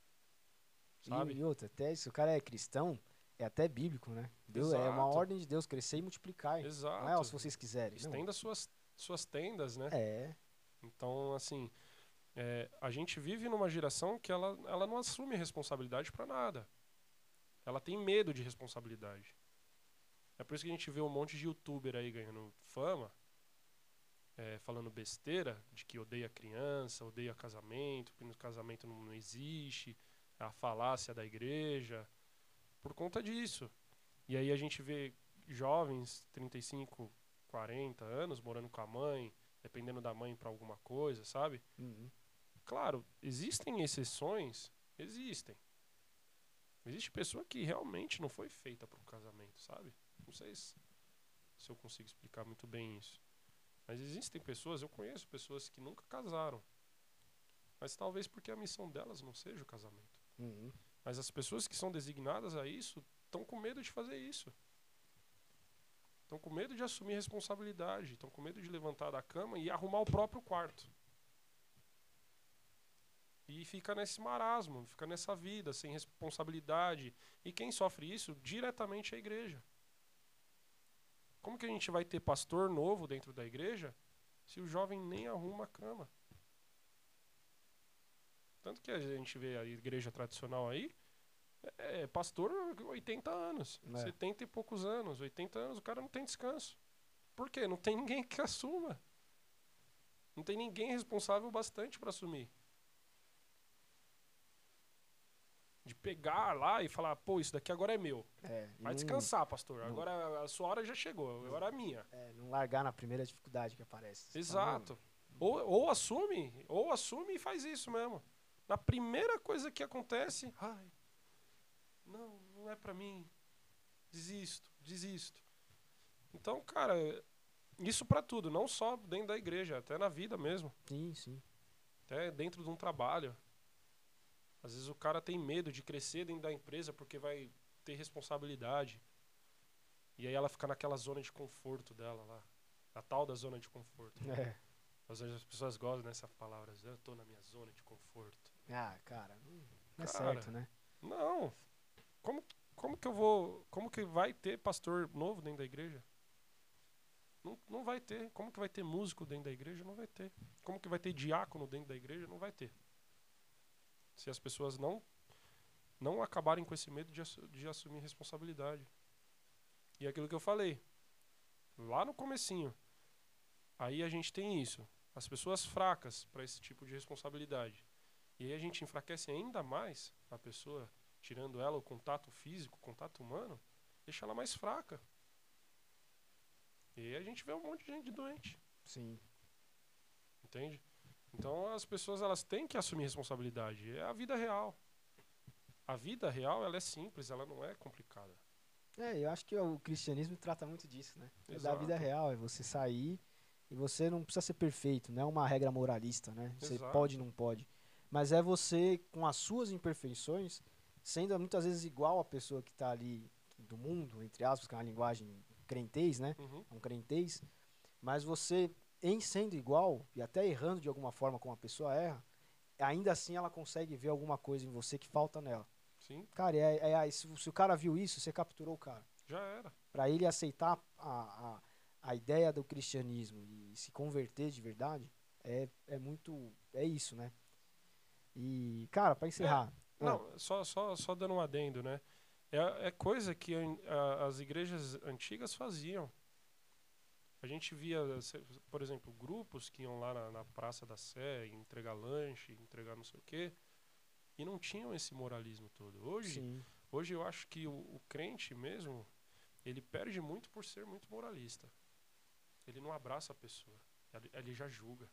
S1: E,
S2: sabe?
S1: e outra, até se o cara é cristão, é até bíblico, né? Deus, é uma
S2: Exato,
S1: ordem de Deus crescer e multiplicar. Não é, ó, se
S2: exato.
S1: vocês quiserem. Não.
S2: Estenda suas, suas tendas, né?
S1: É,
S2: Então, assim, é, a gente vive numa geração que ela, ela não assume responsabilidade pra nada. Ela tem medo de responsabilidade. É por isso que a gente vê um monte de youtuber aí ganhando fama, é, falando besteira, de que odeia criança, odeia casamento, que no casamento não, não existe, a falácia da igreja, por conta disso. E aí a gente vê jovens, trinta e cinco, quarenta anos, morando com a mãe, dependendo da mãe pra alguma coisa, sabe?
S1: uhum,
S2: Claro, existem exceções, existem. Existe pessoa que realmente não foi feita para um casamento, sabe? Não sei se, se eu consigo explicar muito bem isso. Mas existem pessoas, eu conheço pessoas que nunca casaram. Mas talvez porque a missão delas não seja o casamento.
S1: uhum.
S2: Mas as pessoas que são designadas a isso estão com medo de fazer isso. Estão com medo de assumir responsabilidade. Estão com medo de levantar da cama e arrumar o próprio quarto. E fica nesse marasmo, fica nessa vida, sem responsabilidade. E quem sofre isso diretamente é a igreja. Como que a gente vai ter pastor novo dentro da igreja se o jovem nem arruma a cama? Tanto que a gente vê a igreja tradicional aí, é pastor oitenta anos,
S1: É,
S2: setenta e poucos anos, oitenta anos, o cara não tem descanso. Por quê? Não tem ninguém que assuma. Não tem ninguém responsável bastante para assumir. De pegar lá e falar, pô, isso daqui agora é meu.
S1: é, e
S2: Vai
S1: não,
S2: descansar, pastor.
S1: não,
S2: Agora a sua hora já chegou,
S1: não,
S2: agora é a minha.
S1: é, não largar na primeira dificuldade que aparece. Você fala, não,
S2: Exato. Ou, ou assume, ou assume e faz isso mesmo. Na primeira coisa que acontece, ai, não, não é pra mim. Desisto, desisto. Então, cara, isso pra tudo, não só dentro da igreja, até na vida mesmo,
S1: sim, sim.
S2: até dentro de um trabalho. Às vezes o cara tem medo de crescer dentro da empresa porque vai ter responsabilidade. E aí ela fica naquela zona de conforto dela lá. A tal da zona de conforto.
S1: É.
S2: Às vezes as pessoas gostam dessas palavras. Eu tô na minha zona de conforto.
S1: Ah, cara, não, não é
S2: Cara,
S1: certo, né?
S2: não. Como, como que eu vou. Como que vai ter pastor novo dentro da igreja? Não, não vai ter. Como que vai ter músico dentro da igreja? Não vai ter. Como que vai ter diácono dentro da igreja? Não vai ter. Se as pessoas não, não acabarem com esse medo de, assu- de assumir responsabilidade. E é aquilo que eu falei. Lá no comecinho. aí a gente tem isso. As pessoas fracas para esse tipo de responsabilidade. E aí a gente enfraquece ainda mais a pessoa, tirando ela o contato físico, o contato humano, deixa ela mais fraca. E aí a gente vê um monte de gente doente.
S1: Sim.
S2: Entende? Então as pessoas elas têm que assumir responsabilidade. É a vida real. A vida real ela é simples, ela não é complicada.
S1: É, eu acho que o cristianismo trata muito disso, né? É da
S2: Exato.
S1: vida real, é você sair e você não precisa ser perfeito, não é uma regra moralista, né? Você
S2: Exato.
S1: pode e não pode. Mas é você, com as suas imperfeições, sendo muitas vezes igual a pessoa que está ali do mundo, entre aspas, que é uma linguagem crentez, né?
S2: Uhum.
S1: É um crentez. Mas você, em sendo igual, e até errando de alguma forma como a pessoa erra, ainda assim ela consegue ver alguma coisa em você que falta nela.
S2: Sim,
S1: Cara, é, é, se, se o cara viu isso, você capturou o cara.
S2: já era.
S1: Para ele aceitar a, a, a ideia do cristianismo e se converter de verdade, é, é muito. É isso, né? E, cara, para encerrar. ah,
S2: Não, só, só, só dando um adendo, né? É, é coisa que a- a- as igrejas antigas faziam. A gente via, se- por exemplo, grupos que iam lá na, na Praça da Sé entregar lanche, entregar não sei o quê, e não tinham esse moralismo todo. Hoje,
S1: sim.
S2: hoje eu acho que o, o crente mesmo, ele perde muito por ser muito moralista. Ele não abraça a pessoa, ele, ele já julga.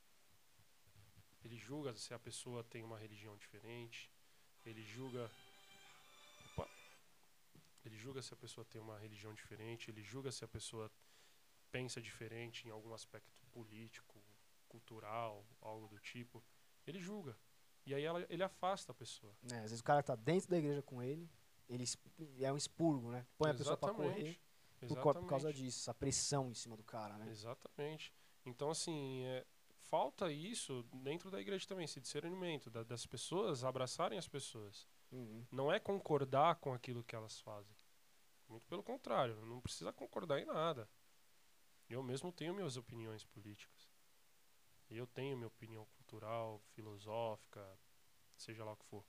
S2: Ele julga se a pessoa tem uma religião diferente, ele julga. Opa, ele julga se a pessoa tem uma religião diferente, ele julga se a pessoa pensa diferente em algum aspecto político, cultural, algo do tipo. Ele julga. E aí ela, ele afasta a pessoa.
S1: É, às vezes o cara tá dentro da igreja com ele, ele es- é um expurgo, né? Põe a pessoa para correr por, co- por causa
S2: Exatamente.
S1: disso, essa pressão em cima do cara, né?
S2: Exatamente. Então, assim, é, falta isso dentro da igreja também, esse discernimento da, das pessoas abraçarem as pessoas.
S1: Uhum.
S2: Não é concordar com aquilo que elas fazem. Muito pelo contrário, não precisa concordar em nada. Eu mesmo tenho minhas opiniões políticas. Eu tenho minha opinião cultural, filosófica, seja lá o que for.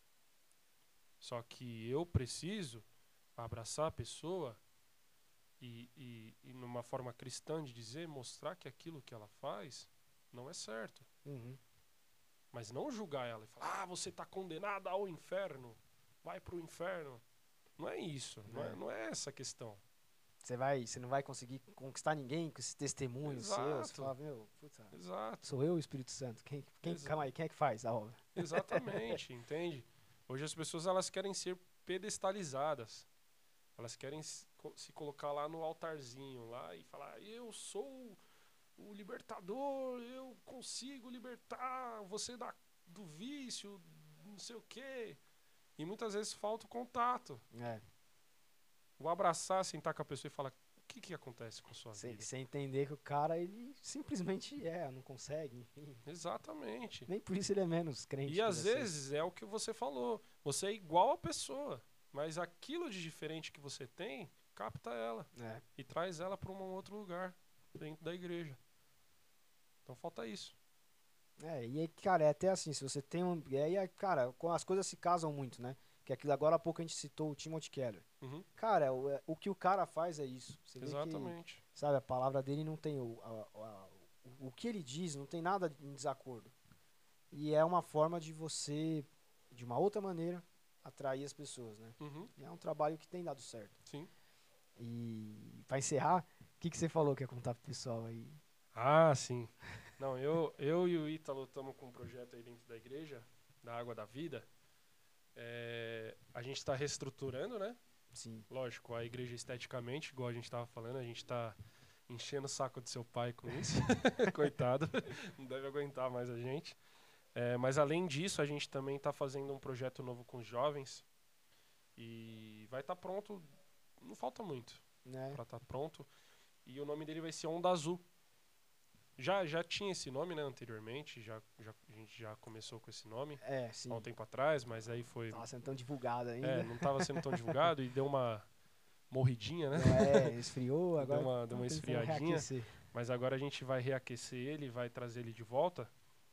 S2: Só que eu preciso abraçar a pessoa e, e, e numa forma cristã de dizer, mostrar que aquilo que ela faz não é certo.
S1: Uhum.
S2: Mas não julgar ela e falar, ah, você está condenada ao inferno, vai pro inferno. Não é isso, não é,
S1: É.
S2: não é essa a questão.
S1: Você vai, você não vai conseguir conquistar ninguém com esse testemunho seu. Você
S2: Exato.
S1: fala, meu, puta,
S2: Exato.
S1: sou eu o Espírito Santo. Quem, quem,
S2: Exa-
S1: calma aí, quem é que faz a obra?
S2: Exatamente, entende? Hoje as pessoas elas querem ser pedestalizadas. Elas querem se co- se colocar lá no altarzinho lá e falar: "Eu sou o libertador, eu consigo libertar você da, do vício, não sei o quê". E muitas vezes falta o contato.
S1: É,
S2: O abraçar, sentar com a pessoa e falar: "O que que acontece com a sua
S1: sem,
S2: vida?".
S1: sem entender que o cara, ele simplesmente é, não consegue, enfim.
S2: Exatamente.
S1: Nem por isso ele é menos crente
S2: E
S1: que
S2: às
S1: você.
S2: vezes é o que você falou. Você é igual a pessoa, mas aquilo de diferente que você tem, capta ela
S1: É.
S2: e traz ela para um outro lugar dentro da igreja. Então falta isso.
S1: É, e aí, cara, é até assim, se você tem um. E aí, cara, com- as coisas se casam muito, né? Que aquilo agora há pouco a gente citou o Timothy Keller.
S2: Uhum,
S1: Cara, o, é- o que o cara faz é isso. Você vê que,
S2: exatamente.
S1: sabe, a palavra dele não tem o, a- a- o, o que ele diz, não tem nada em desacordo. E é uma forma de você, de uma outra maneira, atrair as pessoas, né?
S2: Uhum,
S1: E é um trabalho que tem dado certo.
S2: sim.
S1: E pra encerrar, o que, que você falou que ia contar pro pessoal aí?
S2: Ah, sim. Não, eu, eu e o Ítalo estamos com um projeto aí dentro da igreja, da Água da Vida. É, a gente está reestruturando, né?
S1: Sim.
S2: Lógico, a igreja esteticamente, igual a gente estava falando, a gente está enchendo o saco do seu pai com isso. Coitado, não deve aguentar mais a gente. É, mas além disso, a gente também está fazendo um projeto novo com os jovens. E vai estar pronto, não falta muito
S1: Né?
S2: para estar pronto. E o nome dele vai ser Onda Azul. Já, já tinha esse nome, né, anteriormente, já, já, a gente já começou com esse nome
S1: É, sim.
S2: há um tempo atrás, mas aí foi...
S1: Tava sendo tão divulgado ainda.
S2: É, não estava sendo tão divulgado e deu uma morridinha, né?
S1: Não é, esfriou,
S2: Deu
S1: agora
S2: uma, deu uma
S1: tá tentando
S2: esfriadinha.
S1: reaquecer.
S2: Mas agora a gente vai reaquecer ele, vai trazer ele de volta.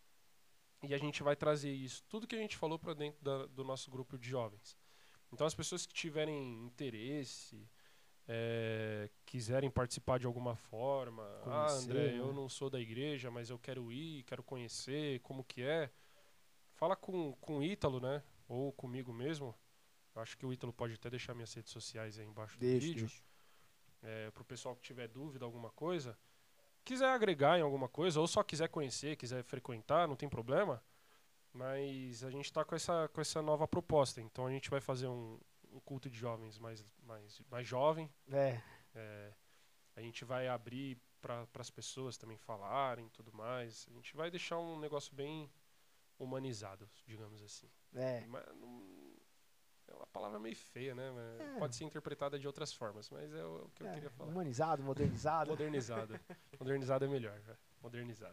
S2: E a gente vai trazer isso, tudo que a gente falou para dentro da, do nosso grupo de jovens. Então as pessoas que tiverem interesse, é, quiserem participar de alguma forma, ah,
S1: Conhecer,
S2: André,
S1: né?
S2: eu não sou da igreja, mas eu quero ir, quero conhecer como que é, fala com, com o Ítalo, né? Ou comigo mesmo. Eu acho que o Ítalo pode até deixar minhas redes sociais aí embaixo do
S1: Deixa,
S2: vídeo,
S1: deixa.
S2: é, pro pessoal que tiver dúvida, alguma coisa, quiser agregar em alguma coisa, ou só quiser conhecer, quiser frequentar, não tem problema. Mas a gente está com essa, com essa nova proposta. Então a gente vai fazer um, um culto de jovens mais, mais, mais jovem.
S1: É,
S2: É, a gente vai abrir para as pessoas também falarem e tudo mais. A gente vai deixar um negócio bem humanizado, digamos assim.
S1: é.
S2: Mas não- é uma palavra meio feia, né? Mas
S1: É.
S2: pode ser interpretada de outras formas, mas é o, o que eu
S1: É,
S2: queria falar.
S1: humanizado, modernizado.
S2: Modernizado. Modernizado é melhor, velho. Modernizado.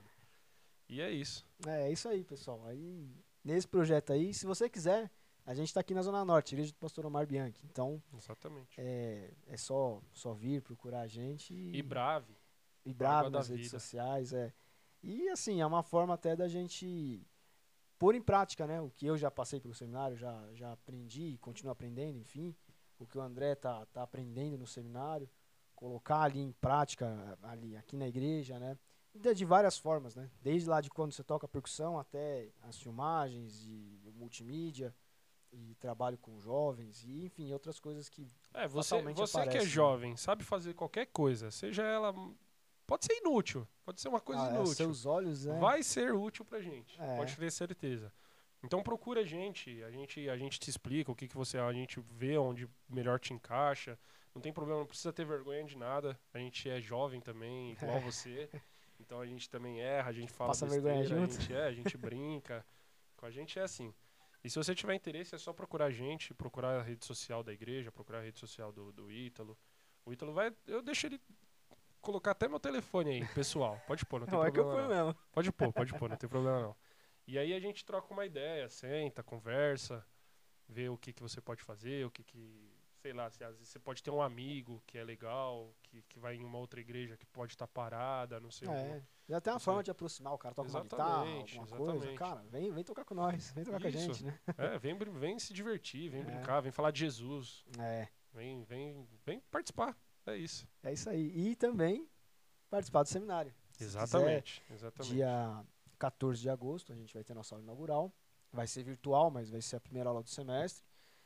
S2: E é isso.
S1: É, é isso aí, pessoal. Aí, nesse projeto aí, se você quiser, a gente está aqui na Zona Norte, Igreja do Pastor Omar Bianchi. Então,
S2: Exatamente.
S1: é, é só, só vir, procurar a gente e,
S2: E brave.
S1: e bravo
S2: Água da
S1: nas redes
S2: vida.
S1: sociais. É. E, assim, é uma forma até da gente pôr em prática, né? O que eu já passei pelo seminário, já, já aprendi e continuo aprendendo, enfim. O que o André tá, tá aprendendo no seminário, colocar ali em prática, ali, aqui na igreja, né? De, de várias formas, né? Desde lá de quando você toca percussão até as filmagens e o multimídia e trabalho com jovens e, enfim, outras coisas que
S2: É, você,
S1: fatalmente
S2: você que é
S1: aparecem, né?
S2: jovem, sabe fazer qualquer coisa, seja ela. Pode ser inútil, pode ser uma coisa
S1: Ah, é,
S2: inútil.
S1: seus olhos, né?
S2: Vai ser útil pra gente,
S1: É.
S2: pode ter certeza. Então procura a gente, a gente, a gente te explica o que, que você. A gente vê onde melhor te encaixa. Não tem problema, não precisa ter vergonha de nada. A gente é jovem também, igual você. Então a gente também erra, a gente fala
S1: Passa
S2: besteira,
S1: vergonha
S2: a
S1: junto.
S2: gente é, a gente brinca. Com a gente é assim. E se você tiver interesse, é só procurar a gente, procurar a rede social da igreja, procurar a rede social do, do Ítalo. O Ítalo vai. Eu deixo ele colocar até meu telefone aí, pessoal. Pode pôr, não tem
S1: Não, é que eu
S2: problema
S1: fui
S2: não.
S1: mesmo.
S2: Pode pôr, pode pôr, não tem problema não. E aí a gente troca uma ideia, senta, conversa, vê o que, que você pode fazer, o que que. Sei lá, se às vezes você pode ter um amigo que é legal, que, que vai em uma outra igreja que pode estar parada, não sei. algum-
S1: É, já tem uma
S2: Você-
S1: forma de aproximar o cara, toca uma guitarra,
S2: Exatamente,
S1: alguma coisa.
S2: exatamente.
S1: Cara, vem, vem tocar com nós, vem tocar com a
S2: Isso.
S1: gente, né?
S2: É, vem, brin- vem se divertir, vem
S1: É.
S2: brincar, vem falar de Jesus,
S1: É,
S2: vem, vem, vem participar. É isso.
S1: é isso aí. E também participar do seminário. Se
S2: Exatamente,
S1: quiser,
S2: exatamente.
S1: dia quatorze de agosto, a gente vai ter nossa aula inaugural. Vai ser virtual, mas vai ser a primeira aula do semestre.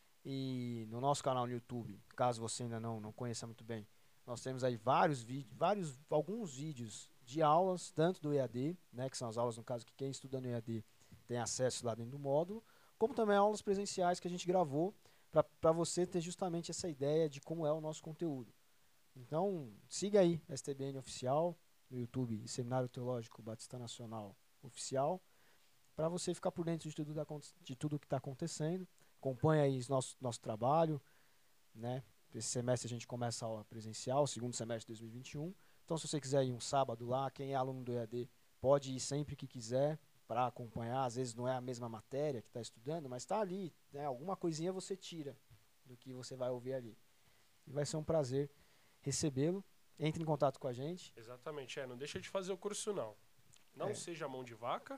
S1: E no nosso canal no YouTube, caso você ainda não, não conheça muito bem, nós temos aí vários vídeos, vários, alguns vídeos de aulas, tanto do E A D, né, que são as aulas, no caso, que quem estuda no E A D tem acesso lá dentro do módulo, como também aulas presenciais que a gente gravou para você ter justamente essa ideia de como é o nosso conteúdo. Então, siga aí S T B N Oficial no YouTube, Seminário Teológico Batista Nacional Oficial, para você ficar por dentro de tudo, da, de tudo que está acontecendo. Acompanhe aí o nosso, nosso trabalho, né? Esse semestre a gente começa a aula presencial, segundo semestre de dois mil e vinte e um. Então, se você quiser ir um sábado lá, quem é aluno do E A D pode ir sempre que quiser para acompanhar. Às vezes não é a mesma matéria que está estudando, mas está ali, né? Alguma coisinha você tira do que você vai ouvir ali. E vai ser um prazer recebê-lo. Entre em contato com a gente.
S2: Exatamente, é, não deixa de fazer o curso não. Não
S1: É.
S2: seja mão de vaca.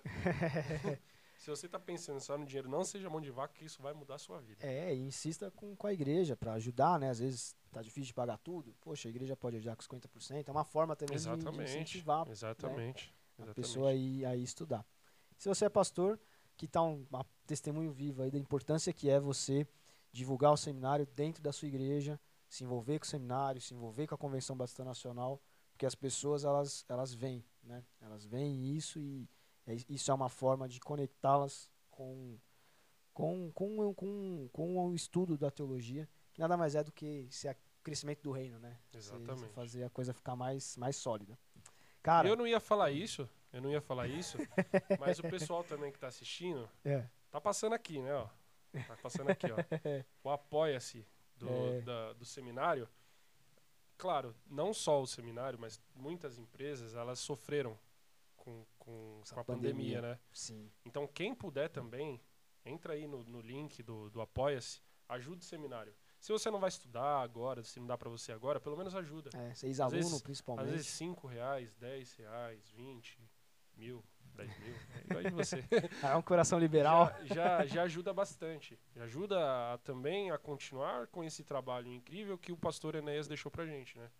S2: Se você está pensando só no dinheiro, não seja mão de vaca, que isso vai mudar a sua vida.
S1: É, e insista com, com a igreja para ajudar, né? Às vezes tá difícil de pagar tudo. Poxa, a igreja pode ajudar com cinquenta por cento. É uma forma também de, de
S2: Exatamente,
S1: incentivar
S2: exatamente,
S1: a
S2: exatamente.
S1: pessoa a ir, a ir estudar. Se você é pastor, que está um uma testemunho vivo aí da importância que é você divulgar o seminário dentro da sua igreja, se envolver com o seminário, se envolver com a Convenção Batista Nacional, porque as pessoas, elas, elas veem, né? Elas veem isso e é, isso é uma forma de conectá-las com, com, com, com, com o estudo da teologia, que nada mais é do que ser o crescimento do reino, né? Você-
S2: Exatamente.
S1: Você fazer a coisa ficar mais, mais sólida. Cara,
S2: eu não ia falar isso, eu não ia falar isso, mas o pessoal também que está assistindo,
S1: é,
S2: tá passando aqui, né, ó. Tá passando aqui, ó. O Apoia-se do,
S1: É.
S2: da- do seminário. Claro, não só o seminário, mas muitas empresas, elas sofreram com, com,
S1: Essa
S2: com a pandemia,
S1: pandemia.
S2: né?
S1: sim.
S2: Então, quem puder também, entra aí no, no link do, do Apoia-se, ajuda o seminário. Se você não vai estudar agora, se não dá pra você agora, pelo menos ajuda.
S1: É, ser ex-aluno,
S2: vezes-
S1: principalmente.
S2: Às vezes cinco reais, dez reais, vinte, mil, dez mil, é igual de você.
S1: Ah, é um coração liberal.
S2: já, já, já ajuda bastante. Já ajuda a- também a continuar com esse trabalho incrível que o pastor Enéas deixou pra gente, né?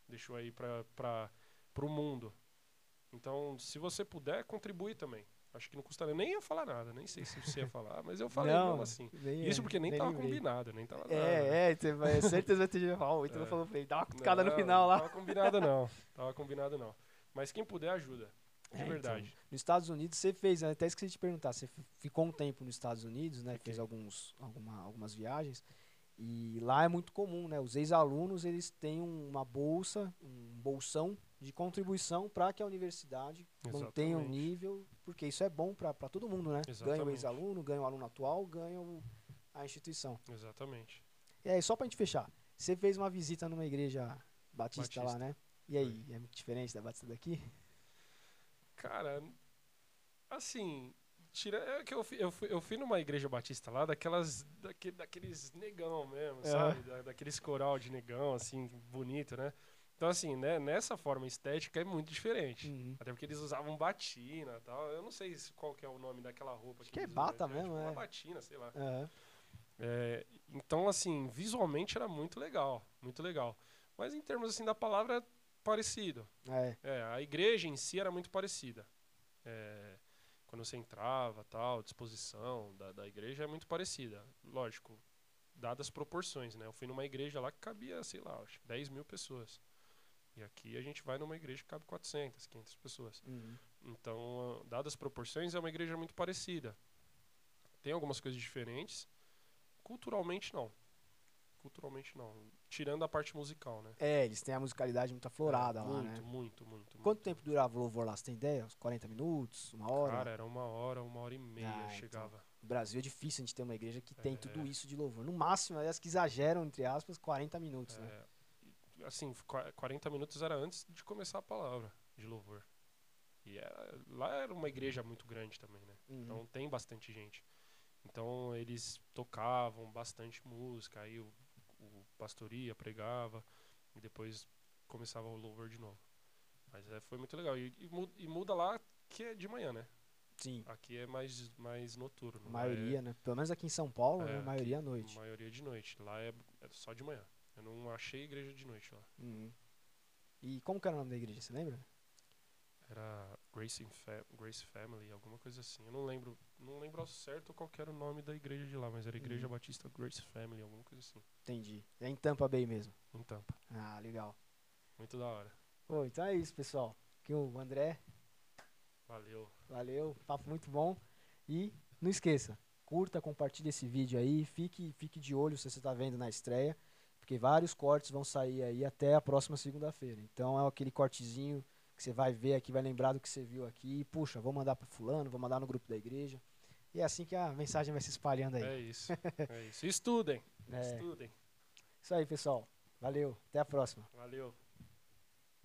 S2: deixou aí para o mundo. Então, se você puder, contribui também. Acho que não custaria. Nem ia falar nada, nem sei se você ia falar, mas eu falei
S1: Não,
S2: mesmo assim.
S1: nem
S2: Isso
S1: é,
S2: porque nem,
S1: nem
S2: tava
S1: lembrei.
S2: combinado, nem tava nada.
S1: É, é, você vai, certeza vai ter falar, o Ítalo
S2: É.
S1: falou pra ele, dá uma cutucada no
S2: Não,
S1: final
S2: não
S1: lá.
S2: tava combinado não. Tava combinado não. Mas quem puder, ajuda. De
S1: É,
S2: verdade.
S1: então, nos Estados Unidos você fez, né, até esqueci de te perguntar, você f- ficou um tempo nos Estados Unidos, né?
S2: Fiquei.
S1: Fez alguns, alguma, algumas viagens. E lá é muito comum, né? Os ex-alunos eles têm um- uma bolsa, um bolsão de contribuição para que a universidade mantenha o
S2: Exatamente.
S1: nível, porque isso é bom para todo mundo, né? Ganha o
S2: Exatamente.
S1: ex-aluno, ganha o aluno atual, ganha o- a instituição.
S2: Exatamente.
S1: E aí, só pra gente fechar, você fez uma visita numa igreja batista,
S2: Batista.
S1: lá, né? E aí, é muito diferente da batista daqui?
S2: Cara, assim, tira, é que eu, fui- eu, fui, eu fui numa igreja batista lá, daquelas, daque, daqueles negão mesmo,
S1: Aham.
S2: sabe? Da, daqueles coral de negão, assim, bonito, né? Então, assim, né, nessa forma estética é muito diferente.
S1: Uhum.
S2: Até porque eles usavam batina e tal. Eu não sei se- qual que é o nome daquela roupa
S1: Acho
S2: que
S1: que é
S2: eles usam,
S1: bata
S2: mas
S1: mesmo,
S2: tipo uma
S1: é.
S2: batina, sei lá.
S1: Aham.
S2: É, então, assim, visualmente era muito legal, muito legal. Mas em termos, assim, da palavra, parecido.
S1: É.
S2: É, a igreja em si era muito parecida. É, quando você entrava, tal, a disposição da, da igreja é muito parecida. Lógico, dadas as proporções, né? Eu fui numa igreja lá que cabia, sei lá, acho que dez mil pessoas. E aqui a gente vai numa igreja que cabe quatrocentas, quinhentas pessoas.
S1: Uhum.
S2: Então, dadas as proporções, é uma igreja muito parecida. Tem algumas coisas diferentes. Culturalmente, não. Culturalmente, não. Tirando a parte musical, né?
S1: É, eles têm a musicalidade muito aflorada
S2: É,
S1: lá,
S2: muito,
S1: né?
S2: muito, muito,
S1: Quanto
S2: muito.
S1: tempo durava o louvor lá? Você tem ideia? Uns quarenta minutos? Uma hora?
S2: Cara, era uma hora, uma hora e meia
S1: Ah, então.
S2: chegava.
S1: No Brasil é difícil a gente ter uma igreja que tem
S2: É.
S1: tudo isso de louvor. No máximo, aliás, que exageram, entre aspas, quarenta minutos, né?
S2: É, e, assim, qua- quarenta minutos era antes de começar a palavra de louvor. E era- lá era uma igreja muito grande também, né?
S1: Uhum.
S2: Então tem bastante gente. Então eles tocavam bastante música, aí o, o pastor ia, pregava, e depois começava o louvor de novo. Mas é, foi muito legal. E, e mu- e muda lá que é de manhã, né?
S1: Sim.
S2: Aqui é mais, mais noturno.
S1: A
S2: lá
S1: maioria, né? Pelo menos aqui em São Paulo,
S2: é,
S1: né? A
S2: é,
S1: maioria à
S2: aqui,
S1: noite.
S2: maioria de noite. Lá é, é só de manhã. Eu não achei igreja de noite lá.
S1: Uhum. E como que era o nome da igreja, você lembra?
S2: Era Grace, in Fa- Grace Family, alguma coisa assim. Eu não lembro, não lembro ao certo qual que era o nome da igreja de lá, mas era Igreja
S1: Uhum.
S2: Batista Grace Family, alguma coisa assim.
S1: Entendi. É em Tampa Bay mesmo.
S2: Em Tampa.
S1: Ah, legal.
S2: Muito da hora.
S1: Pô, então é isso, pessoal. Aqui o André.
S2: Valeu.
S1: Valeu, papo muito bom. E não esqueça, curta, compartilhe esse vídeo aí, fique, fique de olho se você está vendo na estreia, porque vários cortes vão sair aí até a próxima segunda-feira. Então é aquele cortezinho que você vai ver aqui, vai lembrar do que você viu aqui. E, puxa, vou mandar para fulano, vou mandar no grupo da igreja. E é assim que a mensagem vai se espalhando aí.
S2: É isso. É isso. Estudem.
S1: É.
S2: Estudem.
S1: Isso aí, pessoal. Valeu, até a próxima.
S2: Valeu.